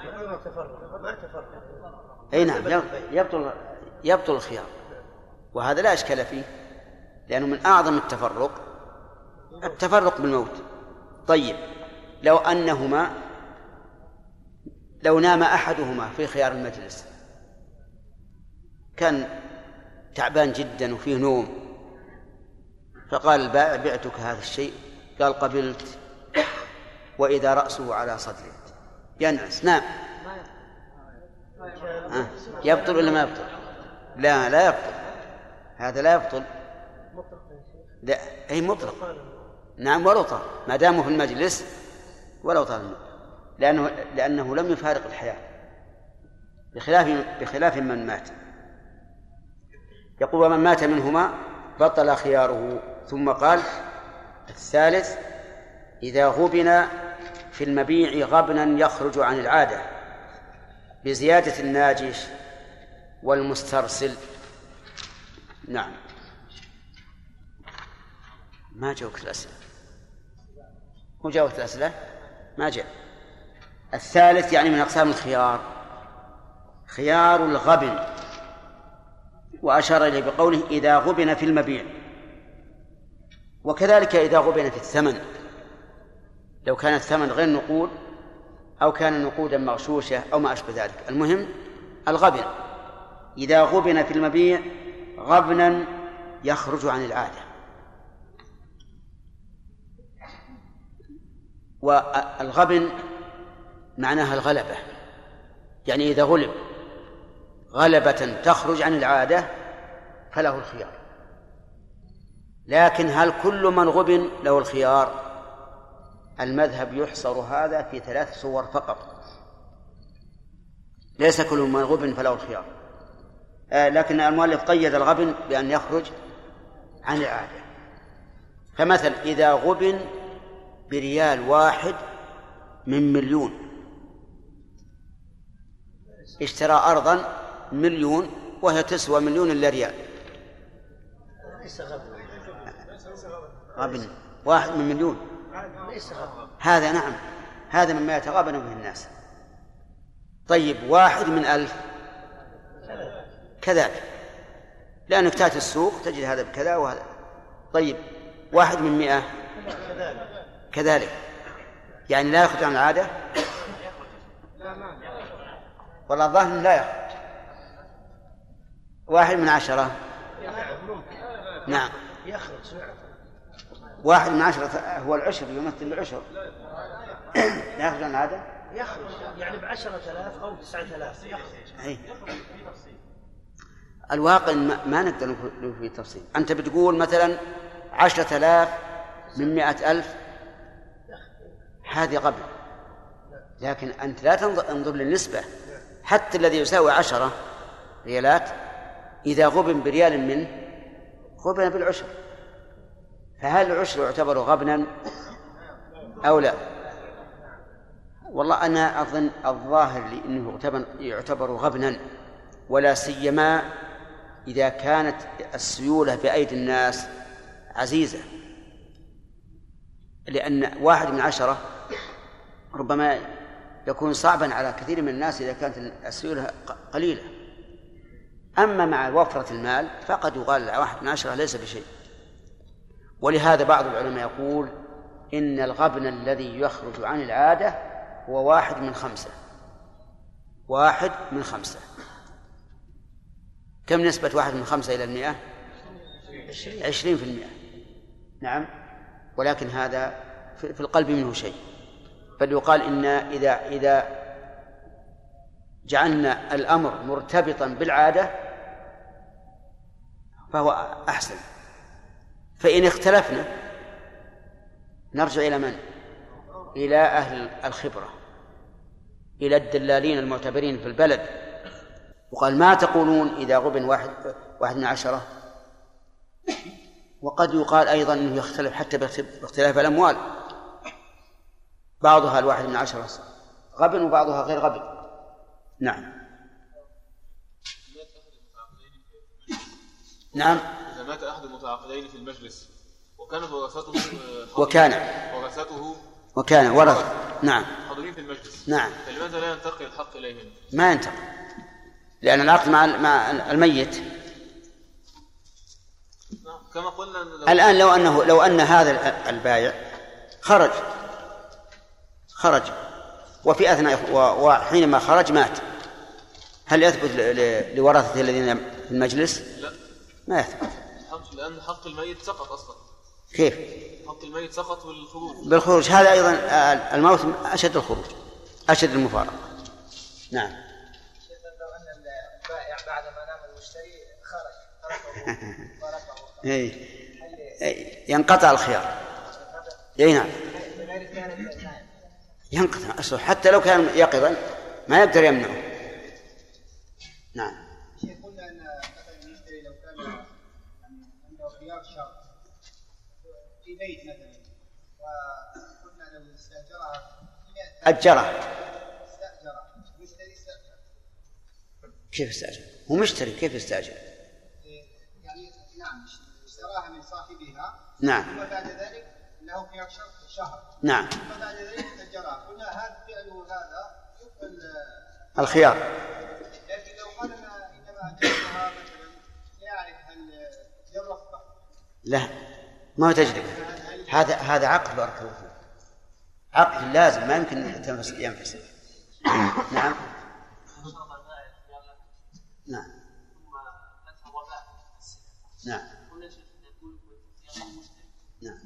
A: أي نعم يبطل يبطل الخيار، وهذا لا إشكال فيه لأنه من أعظم التفرق التفرق بالموت. طيب لو أنهما لو نام أحدهما في خيار المجلس كان تعبان جدا وفيه نوم، فقال البائع بعتك هذا الشيء، قال قبلت، وإذا رأسه على صدره ينعس نام، آه. يبطل ولا ما يبطل؟ لا لا يبطل، هذا لا يبطل. لا أي مطلق نعم ولو طال ما دامه في المجلس ولو طال، لأنه لأنه لم يفارق الحياة بخلاف بخلاف من مات. يقول ومن مات منهما بطل خياره. ثم قال الثالث إذا غبن في المبيع غبنا يخرج عن العادة بزيادة الناجش والمسترسل. نعم ما جاوبت الأسئلة، هو جاوبت الأسئلة ما جاء. الثالث يعني من أقسام الخيار خيار الغبن، وأشار إليه بقوله إذا غبن في المبيع، وكذلك إذا غبن في الثمن، لو كان الثمن غير نقود أو كان نقودا مغشوشة أو ما أشبه ذلك. المهم الغبن إذا غبن في المبيع غبنا يخرج عن العادة. والغبن معناها الغلبة، يعني إذا غلب غلبة تخرج عن العادة فله الخيار. لكن هل كل من غبن له الخيار؟ المذهب يحصر هذا في ثلاث صور فقط، ليس كل من غبن فله الخيار، آه لكن المؤلف قيد الغبن بأن يخرج عن العادة. فمثل إذا غبن بريال واحد من مليون، اشترى أرضا مليون وهي تسوى مليون إلا ريال، غبن واحد من مليون، هذا نعم هذا مما يتغابن به الناس. طيب واحد من ألف كذلك، لأنك تأتي السوق تجد هذا بكذا وهذا. طيب واحد من مئة كذلك، يعني لا يخرج عن العادة. والله الظاهر لا يخرج. واحد من عشرة نعم
I: يخرج.
A: واحد من عشرة هو العشر، يمثل العشر، لا يخرج عن العادة.
I: يخرج يعني بعشرة آلاف أو تسعة آلاف يخرج.
A: أي. الواقع ما نقدر له في تفصيل. أنت بتقول مثلا عشرة آلاف من مئة ألف، هذه قبل، لكن أنت لا تنظر للنسبة. حتى الذي يساوي عشرة ريالات إذا غبن بريال منه غبن بالعشر، فهل العشر يعتبر غبنا أو لا؟ والله أنا أظن الظاهر لي أنه يعتبر غبنا، ولا سيما إذا كانت السيولة بأيدي الناس عزيزة، لأن واحد من عشرة ربما يكون صعبا على كثير من الناس إذا كانت السيولة قليلة. أما مع وفرة المال فقد يقال واحد من عشرة ليس بشيء. ولهذا بعض العلماء يقول إن الغبن الذي يخرج عن العادة هو واحد من خمسة. واحد من خمسة. كم نسبة واحد من خمسة إلى المئة؟ عشرين في المئة. نعم، ولكن هذا في القلب منه شيء. بل يقال إن إذا إذا جعلنا الأمر مرتبطا بالعادة فهو أحسن. فإن اختلفنا نرجع إلى من؟ إلى أهل الخبرة، إلى الدلالين المعتبرين في البلد. وقال ما تقولون إذا غبن واحد واحد من عشرة؟ وقد يقال أيضا أنه يختلف حتى باختلاف الأموال، بعضها الواحد من عشرة غبن وبعضها غير غبن. نعم نعم.
J: إذا مات أحد المتعاقدين في المجلس وكانت ورثته
A: وكان
J: ورثته
A: وكان ورث نعم
J: حاضرين في المجلس،
A: نعم،
J: فلماذا لا ينتقل الحق إليهم؟
A: ما ينتقل، لأن العقد مع مع الميت.
J: كما قلنا لو
A: الآن لو أنه لو أن هذا البائع خرج خرج وفي أثناء وحينما خرج مات، هل يثبت لورثته الذين في المجلس؟
J: لا،
A: ما يثبت،
J: لأن حق الميت سقط أصلا.
A: كيف؟
J: حق الميت سقط بالخروج.
A: بالخروج، هذا أيضا الموت أشد الخروج، أشد المفارقة. نعم.
G: لو أن البائع بعد ما نام المشتري خرج
A: إيه ينقطع الخيار. إيه نعم ينقطع أصله، حتى لو كان يقظا ما يقدر يمنعه. نعم.
E: شيخ قلنا أن مثلا المشتري لو كان عنده خيار شرط في بيت مثلا، وقلنا لو استأجرها
A: أجرها
E: استأجرها المشتري استأجر.
A: كيف استأجر؟ هو مشتري كيف يستأجر؟
E: يعني نعم اشتراها من صاحبها.
A: نعم.
E: وبعد ذلك له خيار شرط شهر.
A: نعم.
E: وبعد ذلك استأجرها. قلنا هذا فعله هذا يقبل
A: الخيار.
E: لكن لو قال إنما أجرها مثلا يعرف هل جربته.
A: لا ما هو تجربة، هذا هذا عقد بارك الله فيك، عقد لازم ما يمكن ينفصل. نعم نعم نعم نعم.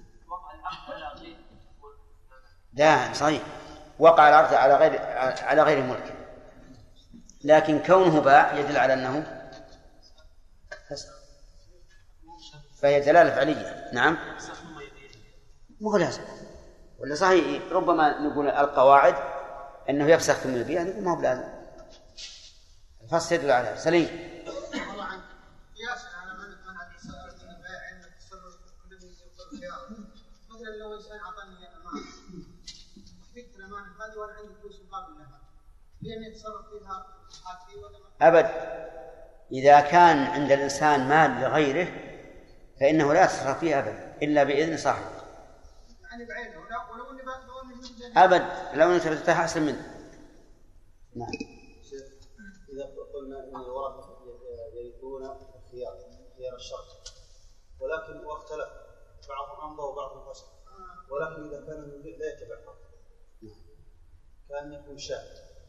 A: لا صحيح، وقع العقد على غير على غير ملكه، لكن كونه باع يدل على أنه فسخ، فهي دلالة فعلية. نعم مو لازم، ولا صحيح ربما نقول القواعد أنه يفسخ ثم يبيع، نقول ما هو لازم، الفسخ يدل على سليم.
E: والله عن قياس على من منع تصرف البائع عند التصرف الذي يصير خيار. مثلا لو إنسان أعطاني أمانة فكت الأمانة هذه وأنا عندي فلوس مقابل لها، لأن يتصرف فيها حاكي ولا
A: أبد. إذا كان عند الإنسان مال لغيره فإنه لا يتصرف فيه أبدا إلا بإذن صاحبه.
E: يعني بعينه ولو إني لو إني
A: أبد، لو أنت بتفتح أحسن منه. نعم.
F: إذا قلنا أن الورثة يرثون الخيار خيار الشرط، ولكن واختلف بعضهم أمضى وبعضهم فسخ، ولكن إذا كان المبيع لا يتبع الحق كان يكون شاهد،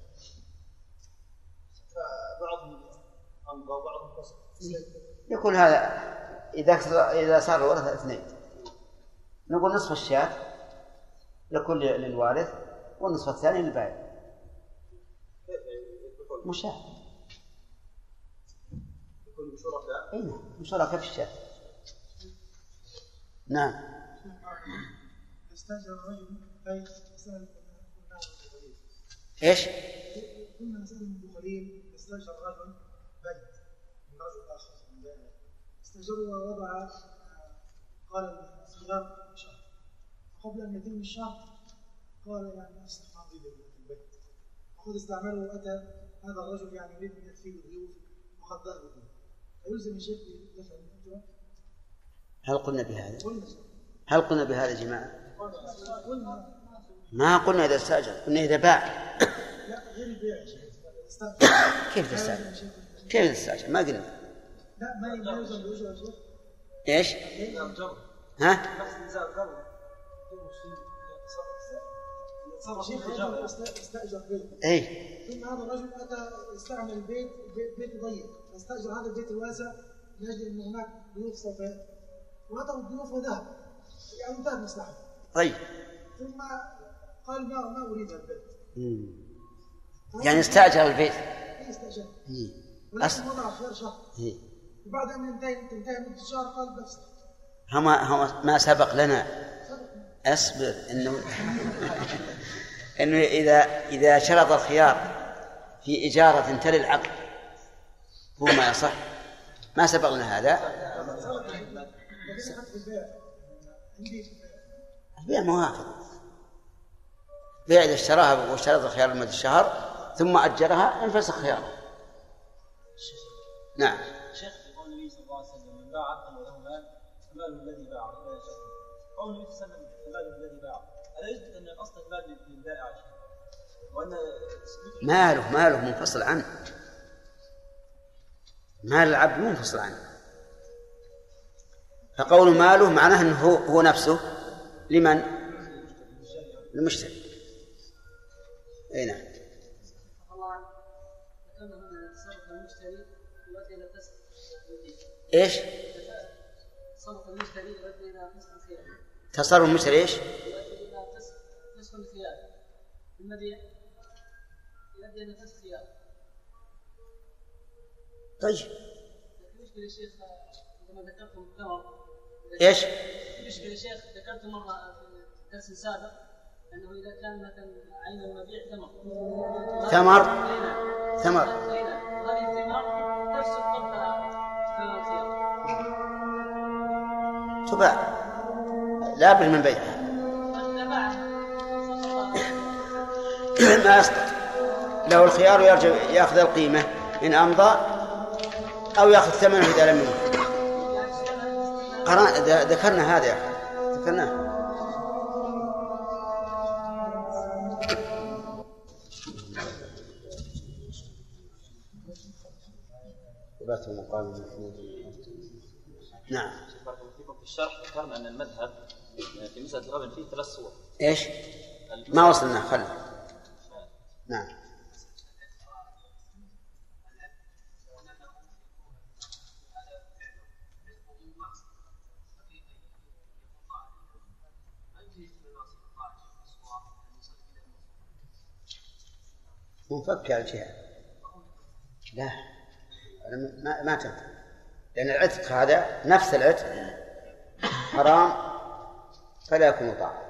F: فبعضهم أمضى وبعضهم فسخ،
A: يكون هذا إذا إذا صار الورثة اثنين نقول نصف الشاة لكل للوارث والنصف الثاني للبائع. مشاهد
F: يكون شركاء.
A: اي نعم شركاء في الشاة. نعم.
H: استاجر الرجل بيت سنة
A: ايش؟
H: كنا نسأل من بخارين استاجر الرجل بيت من رجل آخر من بيت استاجره ووضع قال الصغار شهر، قبل أن يتم الشهر قال يعني أفسح ما أريد البيت، وقد استعمله وأتى هذا الرجل يعني يريد أن يدفي الضيوف وقد ذهب فيه، فيلزم الشيخ بدفع الأجرة؟
A: هل قلنا بهذا؟ هل قلنا بهذا يا جماعة؟ ما قلنا إذا استأجر، قلنا إذا باع. كيف تستأجر؟ كيف تستأجر؟ ما قلنا.
H: لا ما يلزم بأجرة.
A: إيش؟ ها؟
H: استأجر بيت.
A: إيه.
H: ثم هذا الرجل أتى استعمل البيت بيت ضيق، فاستأجر هذا البيت الواسع لأجل أن هناك ضيوف سوف وأتوا الضيوف وذهب، يعني انتهت مصلحته.
A: طيب.
H: ثم قال ما ما أريد البيت.
A: مم. يعني استأجر البيت.
H: إيه استأجر.
A: إيه.
H: ولكن وضع خير شهر.
A: إيه.
H: وبعد أن ينتهي تنتهي مدة الشهر قال بس.
A: هما هما ما سبق لنا. أصبر إنه إنه إذا إذا شرط الخيار في إجارة تلي العقد هو ما يصح. ما سبق لنا هذا. البيع ما هكذا. بيع إذا اشتراها واشترط الخيار لمدة الشهر ثم أجرها انفسخ خياره. نعم.
F: شيخ يقول النبي صلى الله عليه وسلم من باع عبدا وله مال فماله الذي باعه. قول النبي صلى الله عليه وسلم ماله الذي باعه. ألا يجب أن أصل المال للبائع وأن
A: ماله ماله منفصل عنه. مال العبد منفصل عنه. فقول ماله معناه أنه هو, هو نفسه لمن؟ للمشتري. أي نعم. إيش؟
D: تصرف المشتري يؤدي إلى فسخ الخيار.
A: تصرف المشتري إيش؟
D: يؤدي إلى فسخ الخيار. المبيع يؤدي إلى فسخ الخيار.
A: طيب.
D: المشكلة يا شيخ عندما ذكرتم الثمر.
A: إيش؟
D: المشكلة يا شيخ ذكرت مرة في درس سابق أنه إذا كان مثلا عين المبيع ثمر.
A: ثمر. ثمر.
D: هذه الثمار تفسد قبل
A: تباع لا بد من بيعها. ما يسقط له الخيار يرجع يأخذ القيمة إن أمضى أو يأخذ ثمنه إذا لم يمضي. قرأ ذكرنا هذا يا أخي ذكرناه. نعم.
K: في الشرح ذكرنا أن المذهب في مسألة الغبن فيه ثلاث صور.
A: إيش؟ ما وصلنا خلنا. نعم. منفك على الجهة. لا ما ما تنفع لأن العتق هذا نفس العتق حرام فلا يكون طاعة.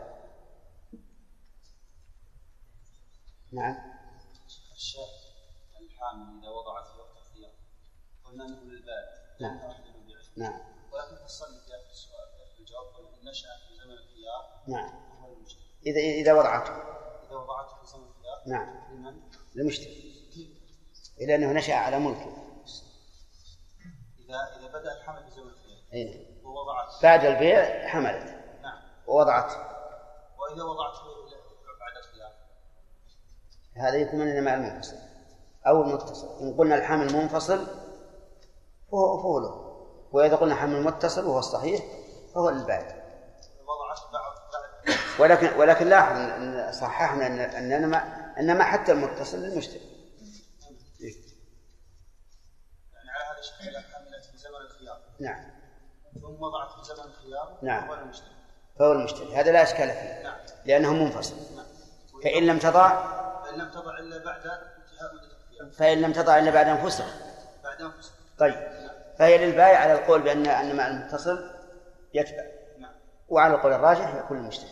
A: نعم.
F: الشاة الحامل إذا وضعت في وقت الخيار قلنا أنه للبائع.
A: نعم. نعم.
F: ولكن فصلنا في آخر السؤال في الجواب قلنا نشأ في زمن الخيار.
A: نعم. إذا إذا وضعته.
F: إذا وضعته في زمن الخيار.
A: نعم.
F: لمن؟
A: للمشتري. إلى أنه نشأ على ملكه.
F: إذا إذا بدأ الحمل في زمن الخيار.
A: أي.
F: ووضعت.
A: بعد البيع حملت.
F: نعم.
A: ووضعت.
F: وإذا وضعته بعد الخيار.
A: هذا يكون من مع المنفصل أو المتصل. إن قلنا الحمل منفصل فهو فهو له. وإذا قلنا حمل متصل وهو الصحيح فهو للبائع. ولكن ولكن لاحظ أن صححنا أن أننا أنما حتى المتصل للمشتري.
F: يعني على هذا الشكل إذا حملت في زمن الخيار.
A: نعم.
F: ثم وضعت في زمن الخيار.
A: نعم.
F: فهو المشتري.
A: فهو المشتري هذا لا إشكال فيه.
F: نعم.
A: لأنه منفصل. نعم. فإن لم تضع.
F: فإن لم تضع إلا بعد انتهاء مدة الخيار.
A: فإن لم تضع إلا بعد أنفسها.
F: بعد أنفسها.
A: طيب. نعم. فهي للبائع على القول بأن أن مع المتصل يتبع.
F: نعم.
A: وعلى القول الراجح يكون المشتري.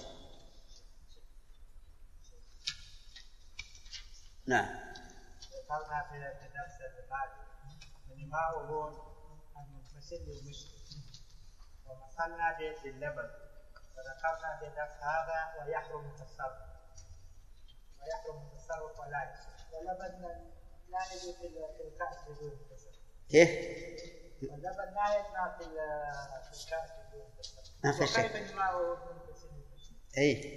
A: نعم.
G: ذكرنا في درس الماضي أن ما هو المنفصل للمشتري ومثلنا باللبن وذكرنا في درس هذا ويحرم التصرف ويحرم التصرف ولا يصح واللبن لا يجوز في الكأس بدون التصرف.
A: كيف؟
G: اللبن لا يجمع في الكاس
A: ما في شيء. اي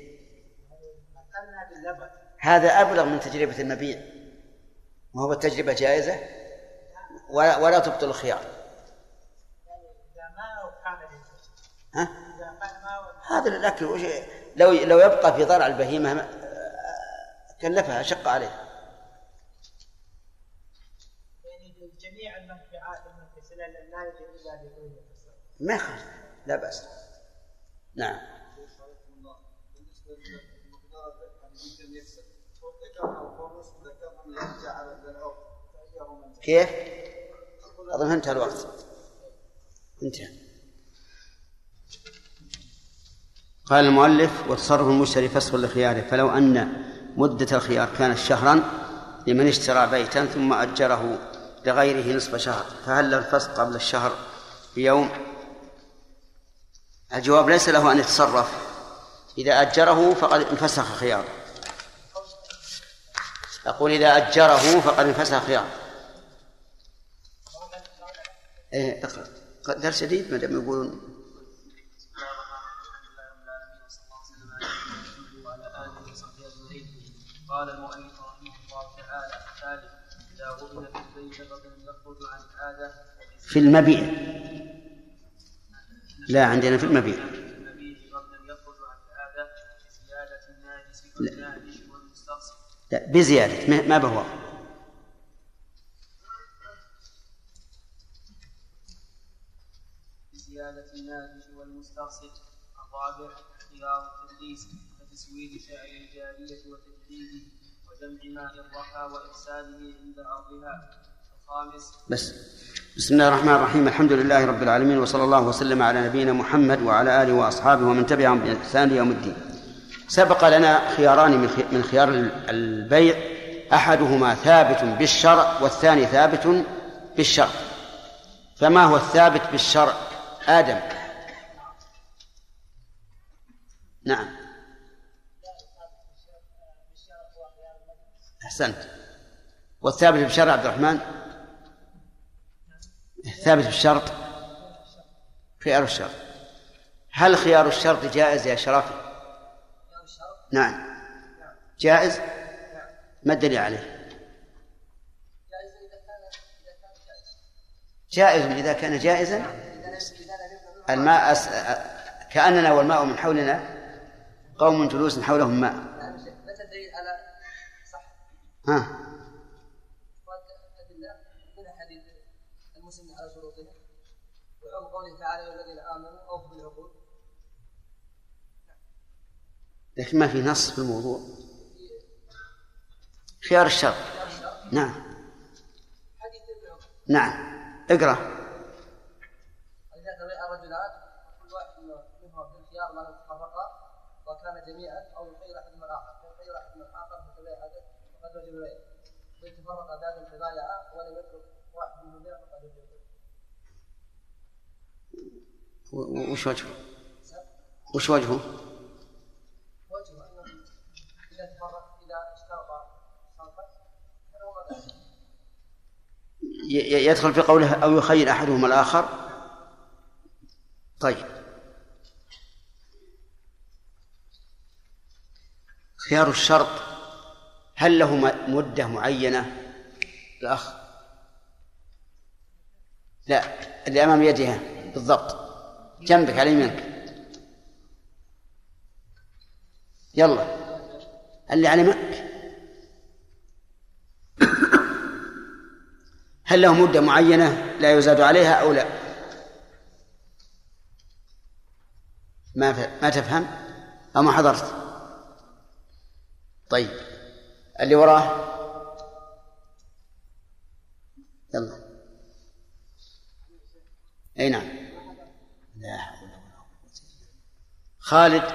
A: هذا أبلغ من تجربة المبيع، وهو التجربة جائزة ولا, ولا تبطل الخيار. ها؟ هذا الأكل لو لو يبقى في ضرع البهيمة كلفها شق عليها.
G: يعني جميع المنفعات المنفصلة لا يجب إلا بدون
A: ما يخالف، لا بأس. نعم. كيف؟ أظن انتهى الوقت. انتهى. قال المؤلف: وتصرف المشتري فسخ لخياره، فلو أن مدة الخيار كانت شهرا لمن اشترى بيتا ثم أجره لغيره نصف شهر، فهل الفسخ قبل الشهر بيوم؟ الجواب: ليس له أن يتصرف، إذا أجره فقد انفسخ خياره. أقول إذا أجره فقد انفسخ خياره. إيه اقرأ درس جديد ما دام يقولون.
C: قال المؤلف رحمه الله تعالى: الثالث إذا غبن في البيت فقد يخرج عن العادة
A: في المبيع، لا عندنا في المبيع. لا بزيادة ما بهو.
C: بزيادة الناجش والمستقصد. الرابع خيار التدليس كتسويد شعر الجارية وتجديده وجمع ماء الرحى وإرساله عند عرضها. الخامس
A: بس. بسم الله الرحمن الرحيم، الحمد لله رب العالمين، وصلى الله وسلم على نبينا محمد وعلى آله وأصحابه ومن تبعهم بإحسان يوم الدين. سبق لنا خياران من خيار البيع، أحدهما ثابت بالشرع والثاني ثابت بالشرع. فما هو الثابت بالشرع؟ آدم. نعم أحسنت. والثابت بالشرع عبد الرحمن؟ ثابت بالشرط خيار الشرط. هل خيار الشرط جائز يا شرافي؟ نعم جائز. ما الدليل عليه؟ جائز إذا كان جائزا. الماء أس... كأننا والماء من حولنا قوم جلوس حولهم ماء. ها لكن ما في نص في الموضوع. خيار الشرط. نعم نعم اقرأ.
D: الرجلان كل واحد منهم بالخيار ما لم يتفرقا وكان جميعا او يخير احد من الاخر يخير احد من الاخر بتبايع هذا وقد وجب البيع ويتفرق بعد التبايع ولم يترك واحد منهم بيع فقد وجب البيع.
A: وش وجهه؟ وش وجهه؟
D: وجهه انه اذا تفرق اذا اشترط شرطا فهو مدعي
A: يدخل في قوله أو يخير أحدهما الآخر. طيب خيار الشرط هل له مدة معينة؟ الأخ لا اللي أمام يدها بالضبط جنبك على يمينك. يلا اللي على يمينك. هل له مدة معينة لا يزاد عليها أو لا؟ ما ف... ما تفهم أو ما حضرت؟ طيب اللي وراه يلا. أي نعم. لا حول ولا قوة إلا بالله. خالد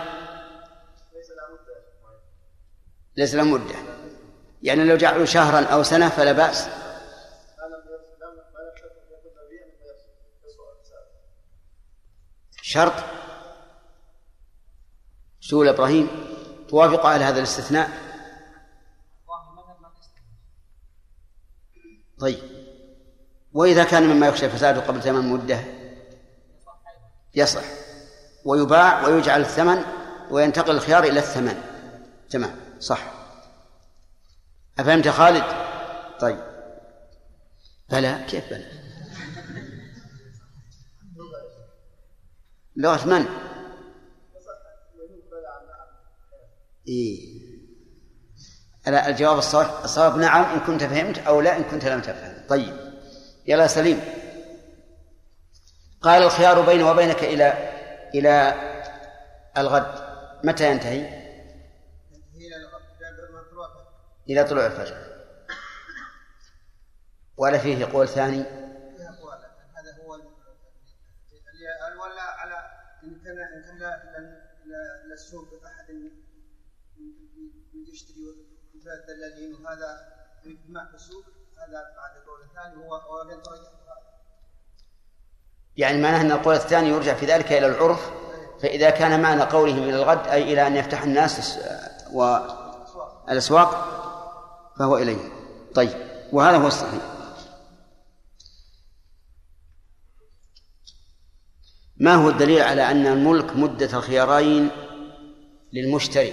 A: ليس له مدة، يعني لو جعلوا شهرا أو سنة فلا بأس. شرط سؤال إبراهيم توافق على هذا الاستثناء؟ طيب وإذا كان مما يخشى فساده قبل تمام مدة يصح، ويباع ويجعل الثمن وينتقل الخيار إلى الثمن. تمام صح. أفهمت خالد؟ طيب بلى. كيف بلى؟ لغة من؟ إيه. الجواب الصواب الصواب نعم إن كنت فهمت، أو لا إن كنت لم تفهم. طيب يلا سليم. قال الخيار بيني وبينك إلى إلى الغد، متى ينتهي؟ إلى طلوع الفجر. ولا فيه قول ثاني؟
E: هذا هو ولا على إن كان إن كان لا السوق أحد يشتري وفات دلالين وهذا يجمع في السوق، هذا بعد القول الثاني هو هو ينترجع.
A: يعني معناه أن القول الثاني يرجع في ذلك إلى العرف، فإذا كان معنى قولهم إلى الغد أي إلى أن يفتح الناس والأسواق فهو إليه. طيب وهذا هو الصحيح. ما هو الدليل على أن الملك مدة الخيارين للمشتري؟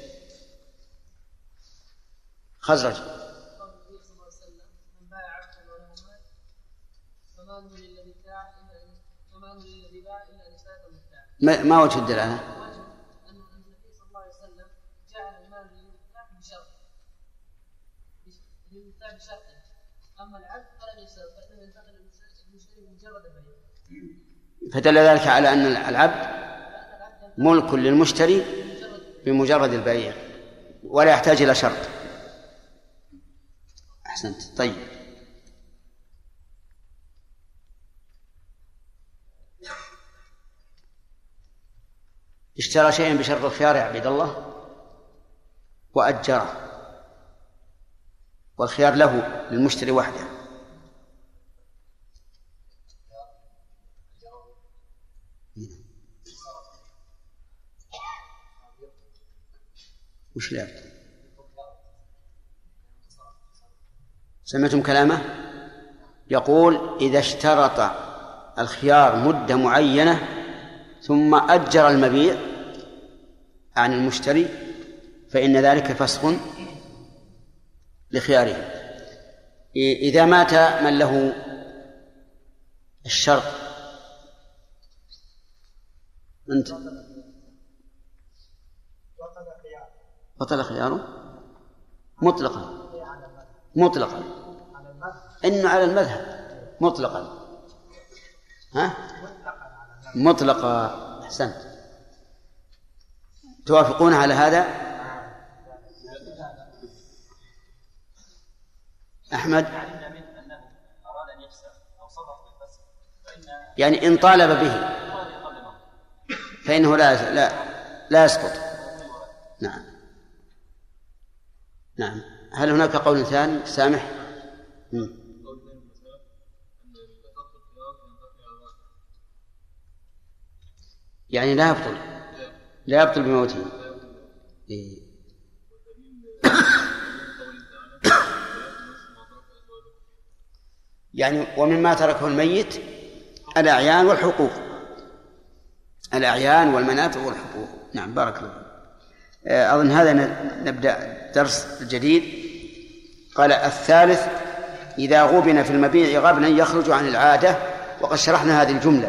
A: خزرج. ما, ما وجه الدلالة؟
D: أن النبي صلى الله عليه وسلم جعل المال للمبتاع بشرط للمبتاع بشرط، أما العبد فلم يشترط فإنه ينتقل المشتري بمجرد البيع.
A: فدل ذلك على أن العبد ملك للمشتري بمجرد البيع ولا يحتاج إلى شرط. أحسنت. طيب اشترى شيئا بشرط الخيار يا عبد الله وأجره، والخيار له للمشتري وحده. وش لا سمعتم كلامه؟ يقول إذا اشترط الخيار مدة معينة ثم أجر المبيع عن المشتري فإن ذلك فسخ لخياره. إذا مات من له الشرط أنت بطل خياره مطلقا مطلقا إنه على المذهب مطلقا. ها مطلقا. أحسنت. توافقون على هذا؟ أحمد يعني إن طالب به فإنه لا لا لا يسقط. نعم نعم. هل هناك قول ثاني؟ سامح. م. يعني لا يبطل لا يبطل بموته. إيه. يعني ومما تركه الميت الأعيان والحقوق، الأعيان والمنافع والحقوق. نعم بارك الله. أظن هذا نبدأ درس الجديد. قال الثالث إذا غبن في المبيع غبنا يخرج عن العادة، وقد شرحنا هذه الجملة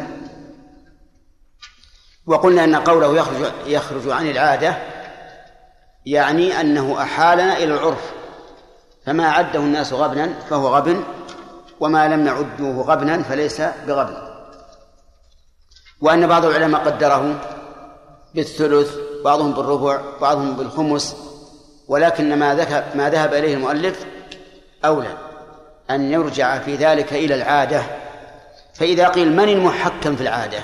A: وقلنا أن قوله يخرج, يخرج عن العادة يعني أنه أحالنا إلى العرف، فما عده الناس غبنا فهو غبن، وما لم نعده غبنا فليس بغبن. وأن بعض العلماء قدره بالثلث، بعضهم بالربع، بعضهم بالخمس، ولكن ما ذهب, ما ذهب إليه المؤلف أولى أن يرجع في ذلك إلى العادة. فإذا قيل من المحكم في العادة؟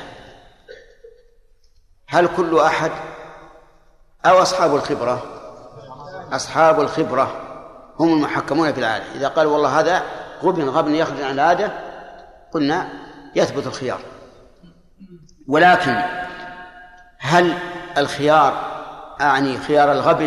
A: هل كل أحد أو أصحاب الخبرة؟ أصحاب الخبرة هم المحكمون في العادة. إذا قال والله هذا غبن غبن يخرج عن العادة قلنا يثبت الخيار. ولكن هل الخيار أعني خيار الغبن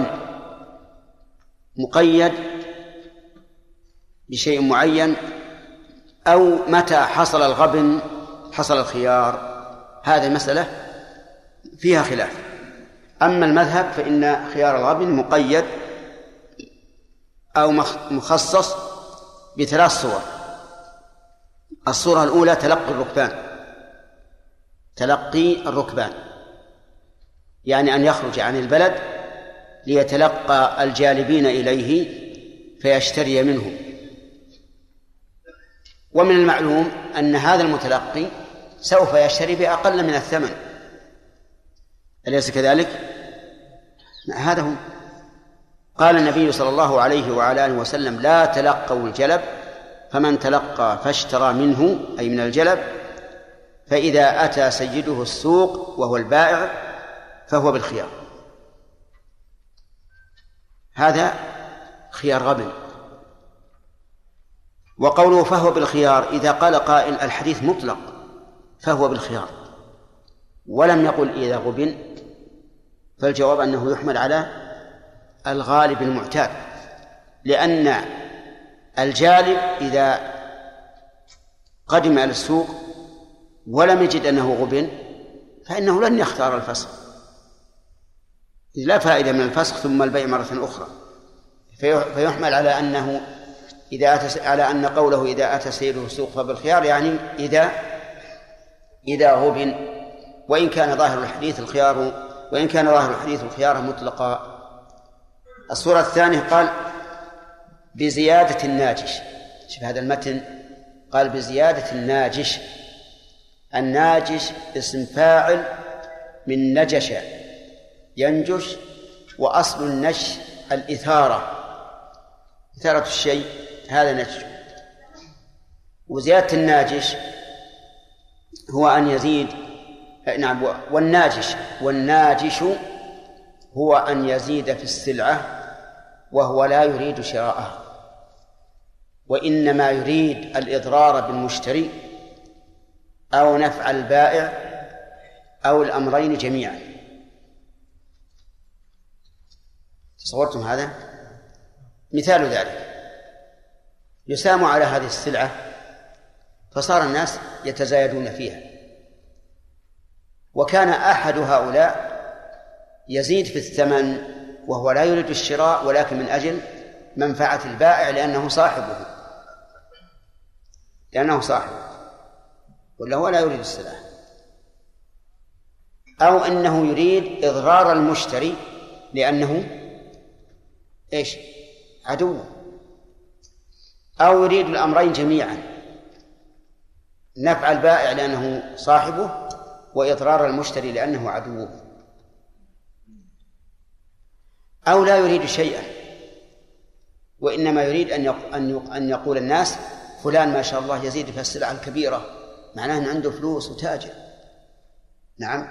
A: مقيد بشيء معين أو متى حصل الغبن حصل الخيار، هذه مسألة فيها خلاف. أما المذهب فإن خيار الغبن مقيد أو مخصص بثلاث صور. الصورة الأولى تلقي الركبان، تلقي الركبان يعني أن يخرج عن البلد ليتلقى الجالبين إليه فيشتري منهم. ومن المعلوم أن هذا المتلقي سوف يشتري بأقل من الثمن، أليس كذلك؟ هذا هو. قال النبي صلى الله عليه وعلى آله وسلم: لا تلقوا الجلب، فمن تلقى فاشترى منه أي من الجلب، فإذا أتى سيده السوق وهو البائع فهو بالخيار. هذا خيار غبن. وقوله فهو بالخيار إذا قال قائل الحديث مطلق فهو بالخيار ولم يقل إذا غبن، فالجواب أنه يحمل على الغالب المعتاد، لأن الجالب إذا قدم إلى السوق ولم يجد أنه غبن فإنه لن يختار الفسخ، لا فائدة من الفسخ ثم البيع مرة أخرى. فيحمل على أنه إذا أتى على أن قوله إذا أتى سيده السوق فبالخيار يعني إذا إذا غبن، وإن كان ظاهر الحديث الخيار وإن كان ظاهر الحديث الخيار مطلقا. الصورة الثانية قال بزيادة الناجش. شوف هذا المتن قال بزيادة الناجش. الناجش اسم فاعل من نجش ينجش، وأصل النجش الإثارة، إثارة الشيء، هذا نجش. وزيادة الناجش هو أن يزيد، نعم، والناجش والناجش هو أن يزيد في السلعة وهو لا يريد شراءها، وإنما يريد الإضرار بالمشتري أو نفع البائع أو الأمرين جميعا. تصورتم هذا؟ مثال ذلك: يسام على هذه السلعة فصار الناس يتزايدون فيها، وكان أحد هؤلاء يزيد في الثمن وهو لا يريد الشراء ولكن من أجل منفعة البائع لأنه صاحبه لأنه صاحبه ولا هو لا يريد السلعة، أو أنه يريد إضرار المشتري لأنه إيش؟ عدو، أو يريد الأمرين جميعا، نفع البائع لأنه صاحبه وإضرار المشتري لأنه عدوه، أو لا يريد شيئا وإنما يريد أن يقول الناس فلان ما شاء الله يزيد في السلعة الكبيرة، معناه أن عنده فلوس وتاجر. نعم،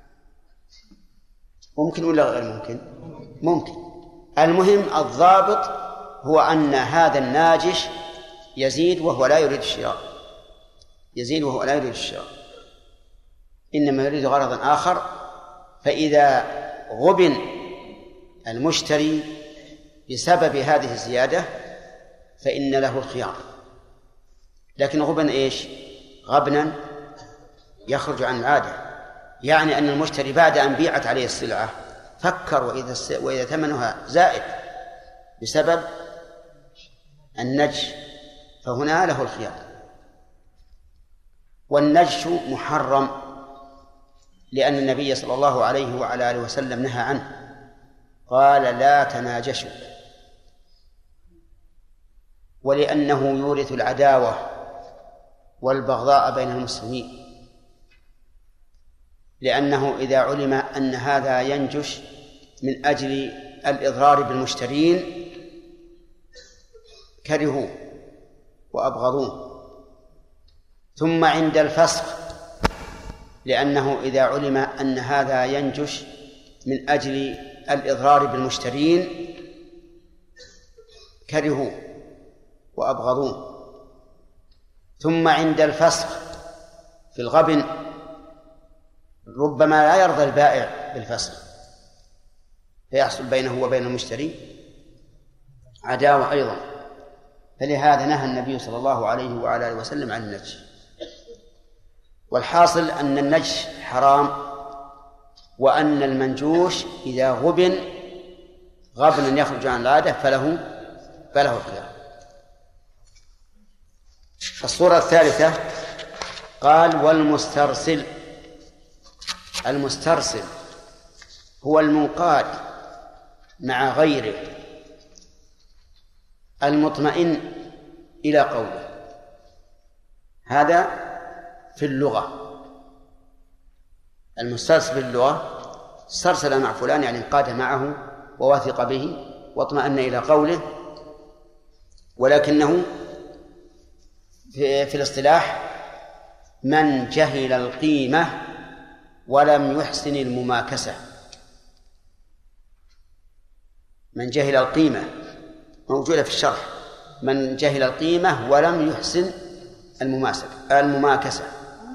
A: ممكن ولا غير ممكن؟ ممكن. المهم الضابط هو أن هذا الناجش يزيد وهو لا يريد الشراء، يزيد وهو لا يريد الشراء، إنما يريد غرضا آخر. فإذا غبن المشتري بسبب هذه الزيادة فإن له الخيار، لكن غبن إيش؟ غبنا يخرج عن العادة، يعني أن المشتري بعد أن بيعت عليه السلعة فكر وإذا, وإذا ثمنها زائد بسبب النجش فهنا له الخيار. والنجش محرم لأن النبي صلى الله عليه وعلى آله وسلم نهى عنه، قال لا تناجشوا، ولأنه يورث العداوة والبغضاء بين المسلمين، لأنه إذا علم أن هذا ينجش من أجل الإضرار بالمشترين كرهوه وأبغضوه. ثم عند الفسخ، لأنه إذا علم أن هذا ينجش من أجل الإضرار بالمشترين كرهوه وأبغضوه. ثم عند الفسخ في الغبن ربما لا يرضى البائع بالفسخ فيحصل بينه وبين المشتري عداوة أيضا، فلهذا نهى النبي صلى الله عليه وعلى آله وسلم عن النجش. والحاصل أن النجش حرام، وأن المنجوش إذا غبن غبنا يخرج عن العادة فله فله الخيار. الصورة الثالثة قال والمسترسل. المسترسل هو المنقاد مع غيره المطمئن إلى قوله. هذا في اللغة. المسترسل في اللغة استرسل مع فلان يعني انقاد معه ووثق به واطمأن إلى قوله، ولكنه في, في الاصطلاح من جهل القيمة ولم يحسن المماكسة. من جهل القيمة موجودة في الشرح، من جهل القيمة ولم يحسن المماكسة.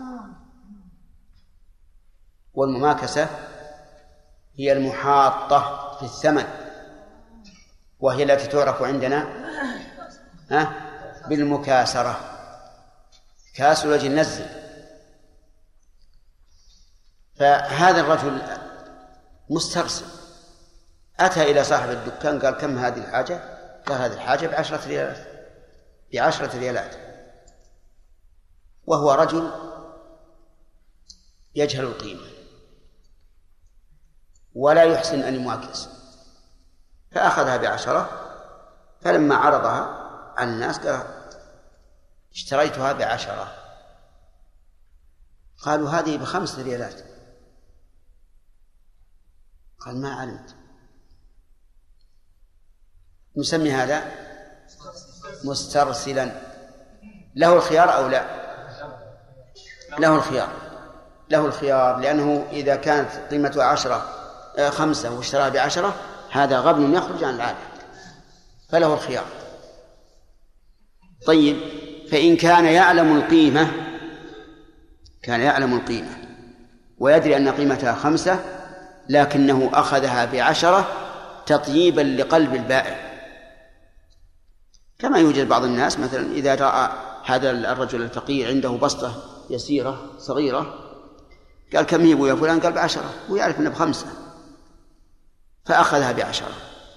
A: والمماكسة هي المحاطة في الثمن، وهي التي تعرف عندنا بالمكاسرة. كاس وجه نزل. فهذا الرجل مسترسل أتى إلى صاحب الدكان قال كم هذه الحاجة؟ قال هذه الحاجة بعشرة ريالات بعشرة ريالات وهو رجل يجهل القيمة ولا يحسن أن يماكس، فأخذها بعشرة. فلما عرضها على الناس قال اشتريتها بعشرة. قالوا هذه بخمس ريالات. قال ما علمت. نسمي هذا مسترسلا. له الخيار أو لا؟ له الخيار له الخيار لأنه إذا كانت قيمته عشرة خمسة واشتراها بعشرة هذا غبن يخرج عن العادة، فله الخيار. طيب، فإن كان يعلم القيمة كان يعلم القيمة ويدري أن قيمتها خمسة لكنه أخذها بعشرة تطييبا لقلب البائع، كما يوجد بعض الناس مثلا إذا رأى هذا الرجل الفقير عنده بسطة يسيرة صغيرة قال كم هي يا فلان؟ قال بعشرة، ويعرف أنه بخمسة فأخذها بعشرة.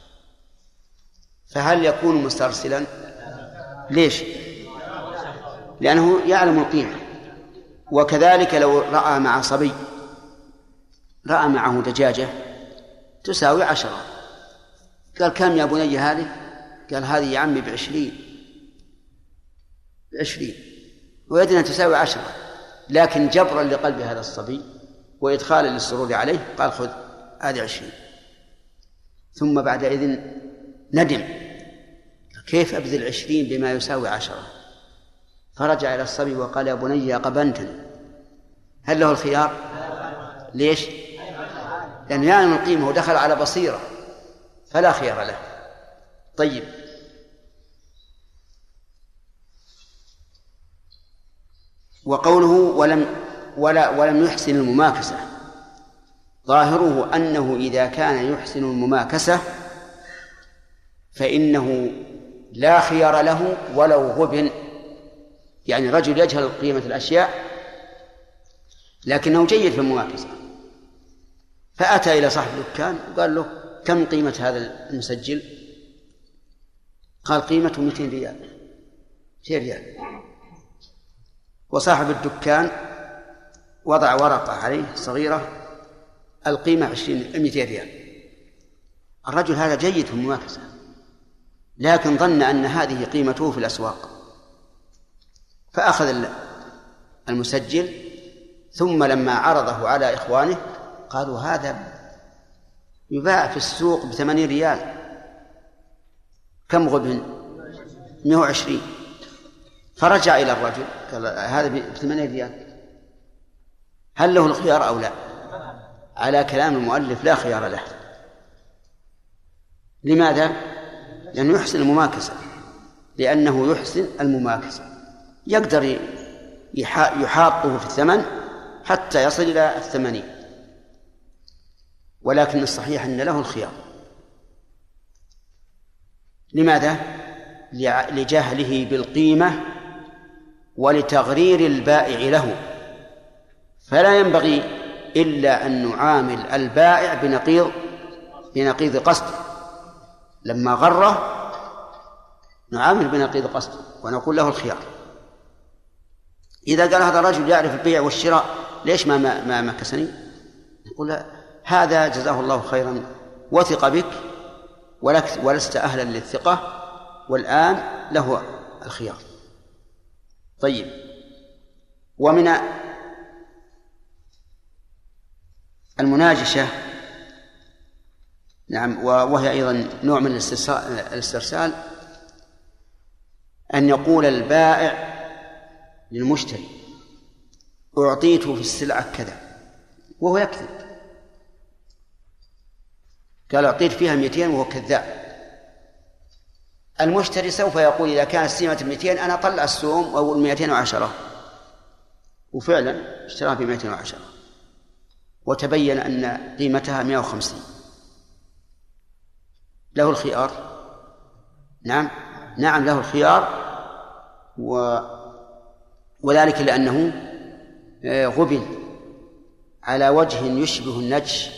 A: فهل يكون مسترسلا؟ ليش؟ لأنه يعلم القيمة. وكذلك لو رأى مع صبي، رأى معه دجاجة تساوي عشرة قال كم يا بني هذه؟ قال هذه يا عمي بعشرين بعشرين ويدري أن تساوي عشرة، لكن جبرا لقلب هذا الصبي وإدخالا للسرور عليه قال خذ هذه عشرين. ثم بعد إذن ندم كيف أبذل عشرين بما يساوي عشرة؟ فرجع إلى الصبي وقال يا بني أقبنتني. هل له الخيار؟ ليش؟ لأنه يعلم القيمة ودخل على بصيرة فلا خيار له. طيب، وقوله ولم ولا ولم يحسن المماكسة ظاهره أنه إذا كان يحسن المماكسة فإنه لا خيار له ولو غبن. يعني رجل يجهل قيمة الأشياء لكنه جيد في المماكسة، فأتى إلى صاحب الدكان وقال له كم قيمة هذا المسجل؟ قال قيمته مئتين ريال مئتين ريال. وصاحب الدكان وضع ورقة عليه صغيرة القيمة عشرين مئتين ريال. الرجل هذا جيد في المماكسة لكن ظن أن هذه قيمته في الأسواق، فأخذ المسجل ثم لما عرضه على إخوانه قالوا هذا يباع في السوق بثمانين ريال. كم غبن؟ مئة وعشرين. فرجع إلى الرجل قال هذا بثمانين ريال. هل له الخيار أو لا؟ على كلام المؤلف لا خيار له. لماذا؟ لأنه يحسن المماكسة، لأنه يحسن المماكسة يقدر يحاطه في الثمن حتى يصل إلى الثمانين. ولكن الصحيح أن له الخيار. لماذا؟ لجهله بالقيمة ولتغرير البائع له، فلا ينبغي إلا أن نعامل البائع بنقيض بنقيض قصده. لما غره نعامل بنقيض قصده ونقول له الخيار. إذا قال هذا الرجل يعرف البيع والشراء ليش ما ما مكسني؟ نقول هذا جزاه الله خيرا وثق بك ولست أهلا للثقة والآن له الخيار. طيب، ومن المناجشة نعم وهي أيضا نوع من الاسترسال أن يقول البائع للمشتري أعطيته في السلعة كذا وهو يكذب، قال أعطيت فيها مئتين وهو كذاب. المشتري سوف يقول إذا كانت سيمة مئتين أنا أطلع السوم وأقول مئتين وعشرة، وفعلا اشتراها بمئتين وعشرة وتبين أن قيمتها مئة وخمسين، له الخيار. نعم نعم له الخيار، و... وذلك لأنه غبن على وجه يشبه النجش.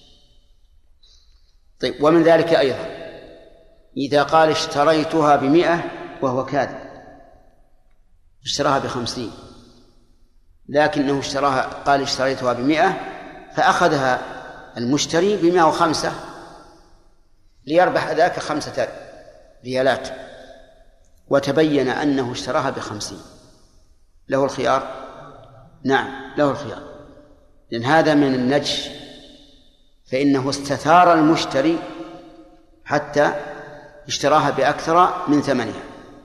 A: طيب، ومن ذلك أيضا إذا قال اشتريتها بمئة وهو كاذب، اشتراها بخمسين، لكنه اشتراها قال اشتريتها بمئة فأخذها المشتري بمئة وخمسة ليربح ذاك خمسة ريالات، وتبين أنه اشتراها بخمسين، له الخيار. نعم له الخيار، لأن هذا من النجش، فإنه استثار المشتري حتى اشتراها بأكثر من ثمنها.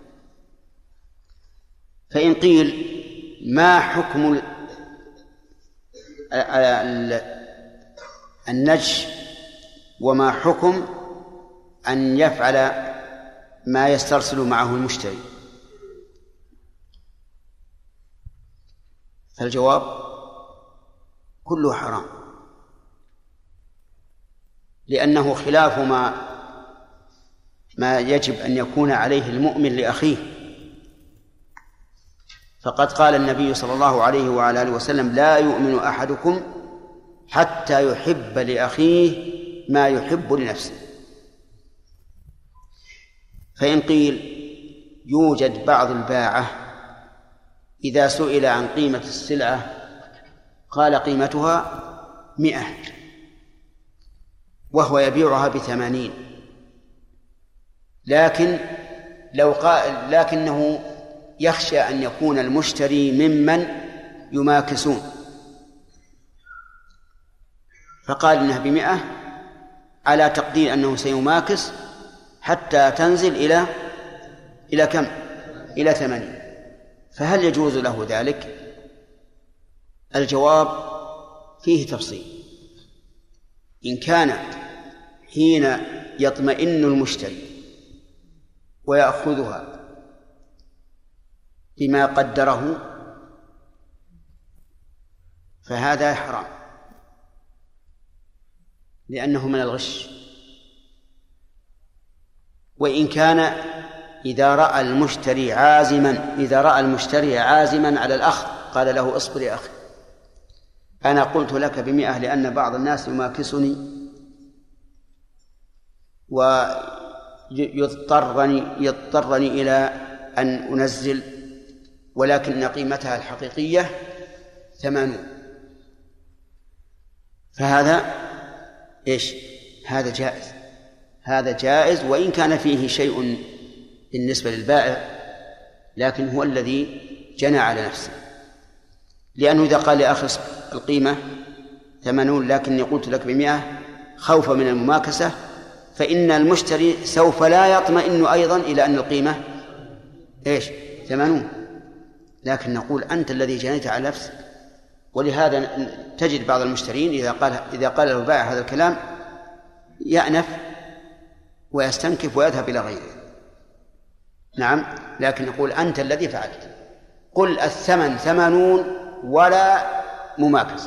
A: فإن قيل ما حكم النجش وما حكم أن يفعل ما يسترسل معه المشتري؟ فالجواب كله حرام، لأنه خلاف ما ما يجب أن يكون عليه المؤمن لأخيه. فقد قال النبي صلى الله عليه وعلى آله وسلم لا يؤمن أحدكم حتى يحب لأخيه ما يحب لنفسه. فإن قيل يوجد بعض الباعة إذا سئل عن قيمة السلعة قال قيمتها مئة وهو يبيعها بثمانين، لكن لو قال لكنه يخشى أن يكون المشتري ممن يماكسون، فقال إنها بمئة على تقدير أنه سيماكس حتى تنزل إلى إلى كم؟ إلى ثمانين. فهل يجوز له ذلك؟ الجواب فيه تفصيل. إن كان حين يطمئن المشتري ويأخذها بما قدره فهذا حرام، لأنه من الغش. وإن كان إذا رأى المشتري عازما إذا رأى المشتري عازما على الأخذ قال له اصبر يا أخي أنا قلت لك بمئة لأن بعض الناس يماكسني ويضطرني يضطرني إلى أن أنزل، ولكن قيمتها الحقيقية ثمانون، فهذا إيش؟ هذا جائز، هذا جائز وإن كان فيه شيء بالنسبة للبائع، لكن هو الذي جنى على نفسه. لأنه إذا قال لأخي القيمة ثمانون لكني قلت لك بمئة خوفا من المماكسة، فإن المشتري سوف لا يطمئن أيضا إلى أن القيمة إيش؟ ثمانون، لكن نقول أنت الذي جنيت على نفسك. ولهذا تجد بعض المشترين إذا قال إذا قال له البائع هذا الكلام يأنف ويستنكف ويذهب إلى غيره. نعم، لكن نقول أنت الذي فعلت، قل الثمن ثمانون ولا مماكسة،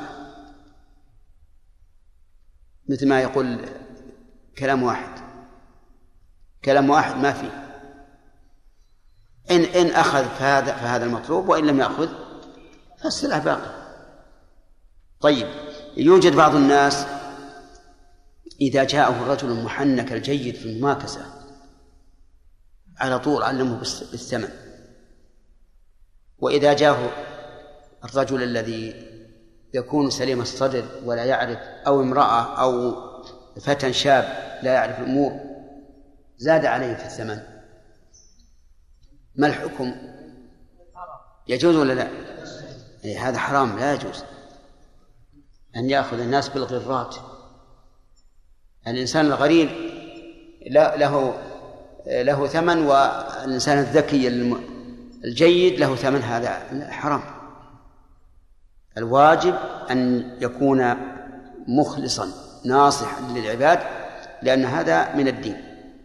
A: مثل ما يقول كلام واحد كلام واحد ما فيه. إن إن أخذ فهذا فهذا المطلوب، وإن لم يأخذ فالسلعة باقية. طيب، يوجد بعض الناس إذا جاءه الرجل المحنك الجيد في المماكسة على طول علمه بالثمن، وإذا جاءه الرجل الذي يكون سليم الصدر ولا يعرف، أو امرأة أو فتى شاب لا يعرف الأمور، زاد عليه في الثمن. ما الحكم؟ يجوز ولا لا؟ يعني هذا حرام، لا يجوز أن يأخذ الناس بالغرات. الإنسان الغريب له له ثمن، والإنسان الذكي الجيد له ثمن، هذا حرام. الواجب أن يكون مخلصا ناصحا للعباد، لأن هذا من الدين.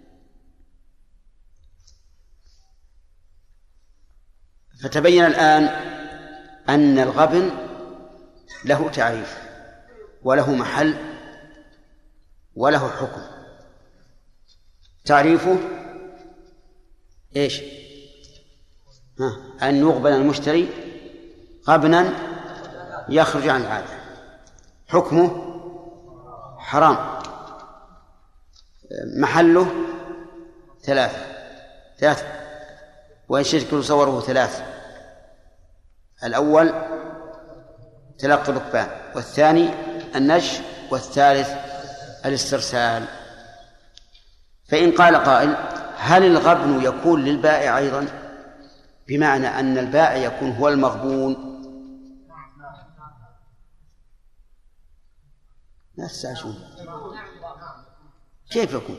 A: فتبين الآن أن الغبن له تعريف وله محل وله حكم. تعريفه إيش؟ ها، أن يغبن المشتري غبنا يخرج عن العادة. حكمه حرام. محله ثلاثة ثلاثة وإن شئت صوره ثلاثة: الأول تلقي الركبان، والثاني النجش، والثالث الاسترسال. فإن قال قائل: هل الغبن يكون للبائع أيضا؟ بمعنى أن البائع يكون هو المغبون؟ لا تستعجلون، كيف يكون؟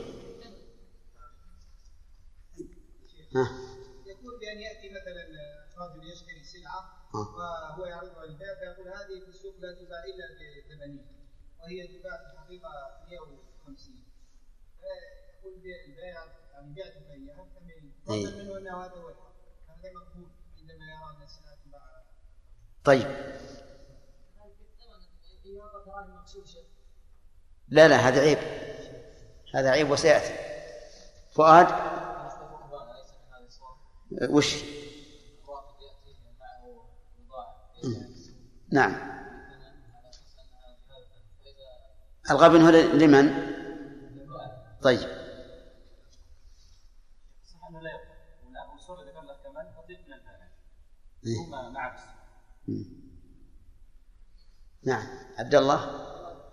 A: ها؟
E: يكون بأن يأتي مثلا رجل يشتري سلعة وهو يعرضها للبائع فيقول هذه في السوق لا تباع إلا بثمانين وهي تباع في الحقيقة مئة وخمسين، فيقول البائع يعني بعت إياها ثمانين، ظنا منه أنه هذا هو الحق، هذا مقبول عندما يرى أن السلعة تباع.
A: طيب، لا لا هذا عيب، هذا عيب وسيأتي. فؤاد وش؟ نعم، الغبن هو لمن؟ طيب، نعم. عبد الله،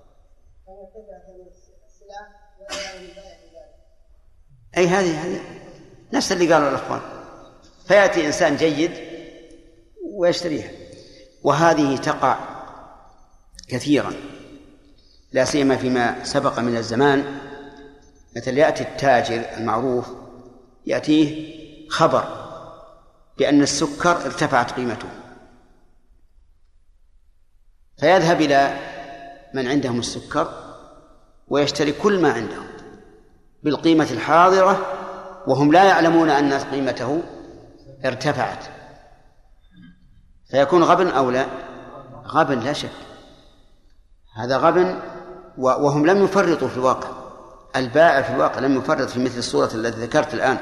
A: أي هذه هذه نفس اللي قالوا الأخوان. فيأتي إنسان جيد ويشتريها، وهذه تقع كثيرا، لا سيما فيما سبق من الزمان. مثل يأتي التاجر المعروف يأتيه خبر بأن السكر ارتفعت قيمته، فيذهب إلى من عندهم السكر ويشتري كل ما عندهم بالقيمة الحاضرة، وهم لا يعلمون أن قيمته ارتفعت، فيكون غبن أو لا؟ غبن لا شك، هذا غبن، وهم لم يفرطوا في الواقع. البائع في الواقع لم يفرط في مثل الصورة التي ذكرت الآن،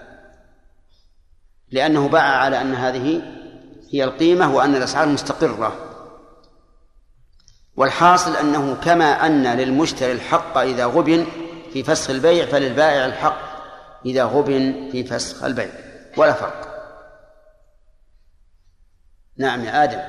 A: لأنه باع على أن هذه هي القيمة وأن الأسعار مستقرة. والحاصل أنه كما أن للمشتري الحق إذا غبن في فسخ البيع، فللبائع الحق إذا غبن في فسخ البيع، ولا فرق. نعم يا آدم.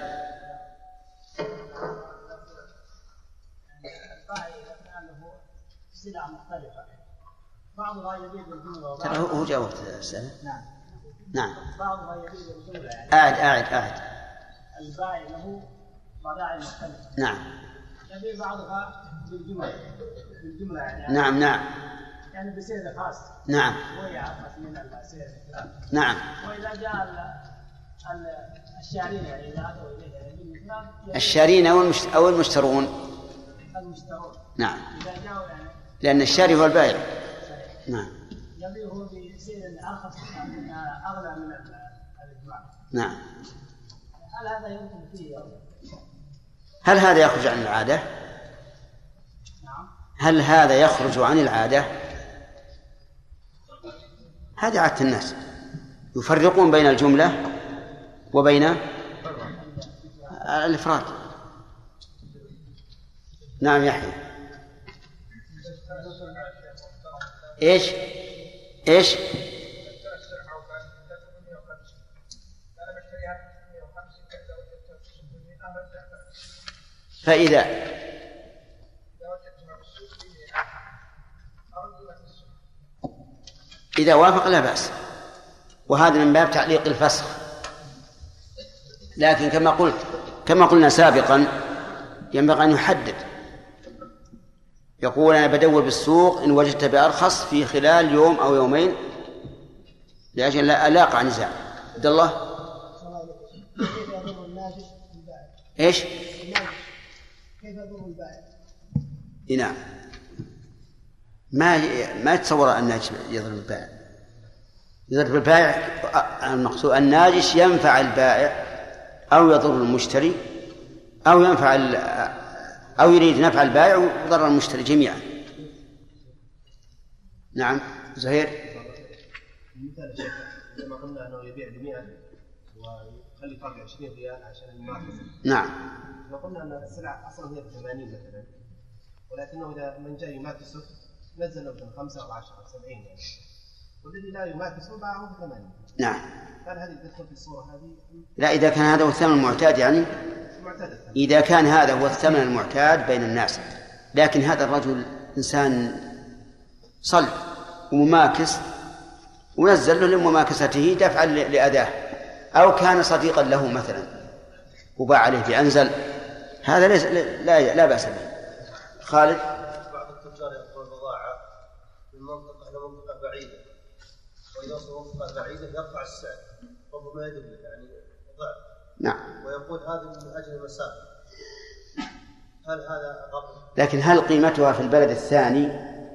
I: سلع مختلفة، بعضها يبيع بالجملة
A: ترى هو جاوب السؤال.
I: نعم
A: نعم.
I: بعضها يبيع بالجملة، يعني
A: قاعد قاعد قاعد
I: البائع له بضائع مختلفة.
A: نعم.
I: يبيع بعضها بالجملة بالجملة يعني
A: نعم نعم
I: يعني بسعر خاص.
A: نعم.
I: ويعرف من السعر.
A: نعم.
I: وإذا جاء الشارين يعني إذا أتوا إليه يعني
A: الشارين أو أو المشترون.
I: المشترون.
A: نعم.
I: إذا جاءوا يعني
A: لأن الشاري هو البائع. نعم.
I: يبيعه بسعر أرخص من أغلى من الإجماع.
A: نعم.
I: هل هذا يمكن فيه؟
A: هل هذا يخرج عن العادة؟
I: نعم.
A: هل هذا يخرج عن العادة؟ هذه عادة الناس، يفرقون بين الجملة وبين الإفراد. نعم يحيى. إيش إيش فإذا إذا وافق لا بأس، وهذا من باب تعليق الفسخ. لكن كما قلت كما قلنا سابقا ينبغي أن يحدد، يقول أنا بدور بالسوق إن وجدت بأرخص في خلال يوم أو يومين لأجل لا ألاقع نزاع. عبد الله إيش
H: كيف يضر البائع؟
A: نعم ما ما يتصور الناجش يضرب البائع. يضرب البائع المقصود الناجش ينفع البائع أو يضر المشتري أو ينفع أو يريد نفع البائع وضر المشتري جميعا. نعم زهير.
L: مثال شيخ لما قلنا أنه يبيع بمئة ويخلي فرق عشرين ريال عشان المنافسة.
A: نعم.
L: لو قلنا أن السلعة أصلا هي بثمانين مثلا، ولكنه إذا من جاء يماكسه نزل مثلا خمسة أو عشرة أو سبعين يعني. والذي لا يماكسه باعه بثمانين.
A: نعم.
L: هل هذه تدخل في الصورة هذه؟
A: لا، إذا كان هذا هو الثمن المعتاد يعني إذا كان هذا هو الثمن المعتاد بين الناس، لكن هذا الرجل إنسان صلب ومماكس ونزل له لمماكسته دفعا لأداه، أو كان صديقا له مثلا وباع عليه بأنزل، هذا ليس لا لا بأس به. خالد.
F: بعض التجار ينقلون البضاعة من منطقة إلى منطقة بعيدة، وإذا وصل منطقة بعيدة يرفع السعر ربما يدل يعني ضعف.
A: نعم.
F: ويقول هذا من أجل المسافة. هل هذا غلط؟
A: لكن هل قيمتها في البلد الثاني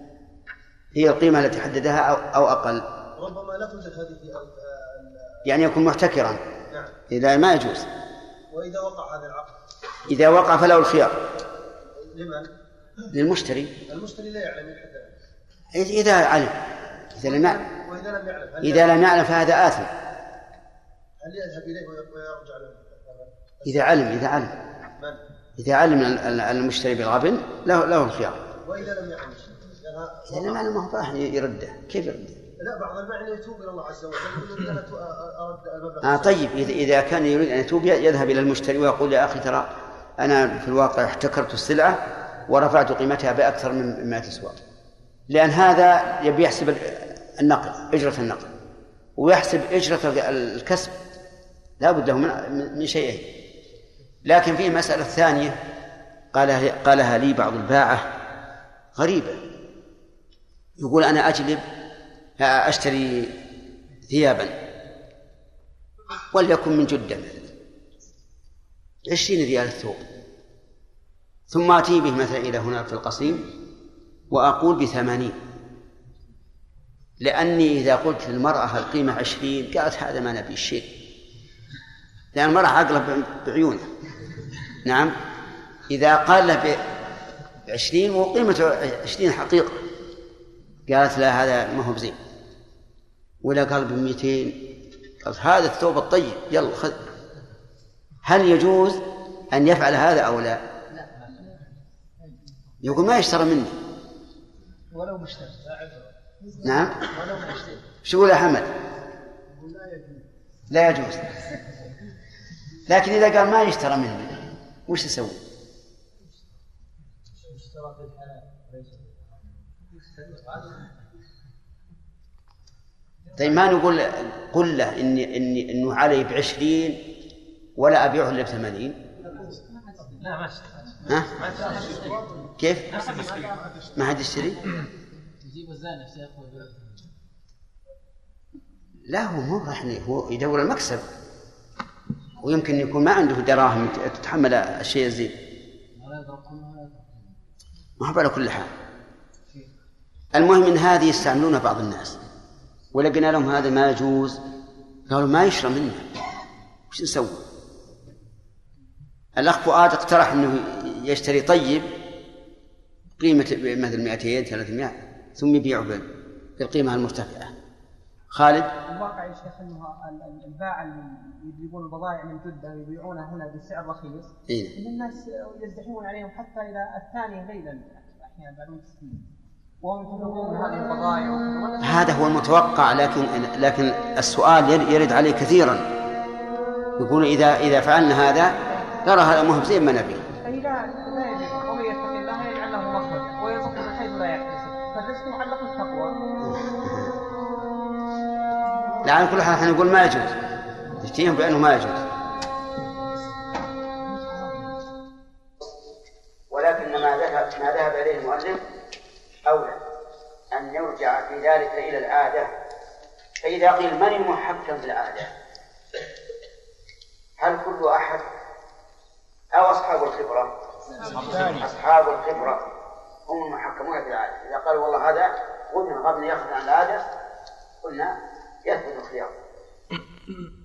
A: هي القيمة التي حددها أو, أو أقل؟
F: ربما لا توجد هذه
A: يعني يكون محتكرا.
F: نعم.
A: إذا ما يجوز.
F: وإذا وقع هذا العقد
A: إذا وقع فله الخيار.
F: لمن؟
A: للمشتري.
F: المشتري لا يعلم الحد.
A: إذا علم. إذا لم يعلم.
F: وإذا لم يعلم.
A: إذا لم يعلم فهذا آثم.
F: هل يذهب إليه ويرجع له؟
A: إذا علم إذا علم.
F: من؟
A: إذا علم المشتري بالغبن له له الخيار.
F: وإذا لم يعلم.
A: إذا لم يعلم ما هو راح يرده. كيف يرده؟
F: لا، بعض المعنى يتوب إلى الله عز وجل يقول أنا أرد المبلغ.
A: آه طيب، إذا إذا كان يريد أن يتوب يذهب إلى المشتري ويقول يا أخي ترى أنا في الواقع احتكرت السلعة ورفعت قيمتها بأكثر من ما تسوى، لأن هذا يبي يحسب النقل أجرة النقل ويحسب أجرة الكسب، لا بد له من من شيئين. لكن في مسألة ثانية قالها قالها لي بعض الباعة غريبة، يقول أنا أجلب أشتري ثيابا وليكن من جدة عشرين ريال الثوب، ثم أتي به مثلا إلى هنا في القصيم وأقول بثمانين، لأني إذا قلت للمرأة القيمة عشرين قالت هذا ما نبي شيء، لأن المرأة عقلها بعيونها. نعم. إذا قال له بعشرين وقيمته عشرين حقيقة قالت لا هذا ما هو بزين، ولا قال بمئتين قالت هذا الثوب الطيب يلا خذ. هل يجوز أن يفعل هذا أو لا؟ يقول ما يشترى مني
H: ولو مشتري.
A: نعم.
H: ولو مشتري.
A: شو يقول يا حمد؟ لا يجوز. لكن إذا قال ما يشترى مني وش تسوي؟ طيب ما نقول قل له إني إني إنه علي بعشرين ولا أبيعه إلا بثمانين؟
C: لا ما
A: ها؟ كيف؟ ما حد يشتري؟
I: يجيب الزانة شيخ.
A: لا هو مو راح هو يدور المكسب، ويمكن يكون ما عنده دراهم تتحمل الشيء الزين. ما هو على كل حال. المهم ان هذه يستعملونها بعض الناس، ولقنا لهم هذا ما يجوز، قالوا ما يشرى منه، وش نسوي؟ الأخ فؤاد اقترح انه يشتري طيب قيمة مثل مئتين ثلاثمائة ثم يبيعه بالقيمة المرتفعة، خالد.
M: الواقع يا شيخ انه الباعة اللي يجيبون البضائع من جدة ويبيعونها هنا بسعر رخيص،
A: إيه؟
M: ان الناس يزدحمون عليهم حتى الى الثانية ليلا احيانا بعد التسليم، وهم يطلبون هذه البضائع.
A: هذا هو المتوقع، لكن لكن السؤال يرد عليه كثيرا، يقول اذا اذا فعلنا هذا ترى هذا مهم زي ما نبي.
M: اي لا لا يجب، ومن يتق الله يجعل له مخرجا ويرزقه من حيث لا يحتسب، فالرزق معلق بالتقوى.
A: لعل كل حال احنا نقول ما يجوز، نفتيهم بأنه ما يجوز، ولكن ما ذهب ما ذهب إليه المؤلف أولى أن يرجع في ذلك إلى العادة. فإذا قيل من المحكم في العادة؟ هل كل أحد أو أصحاب الخبرة؟ أصحاب الخبرة هم المحكمون في العادة. إذا قالوا والله هذا غبن غبن يخرج عن العادة قلنا يثبت الخيار.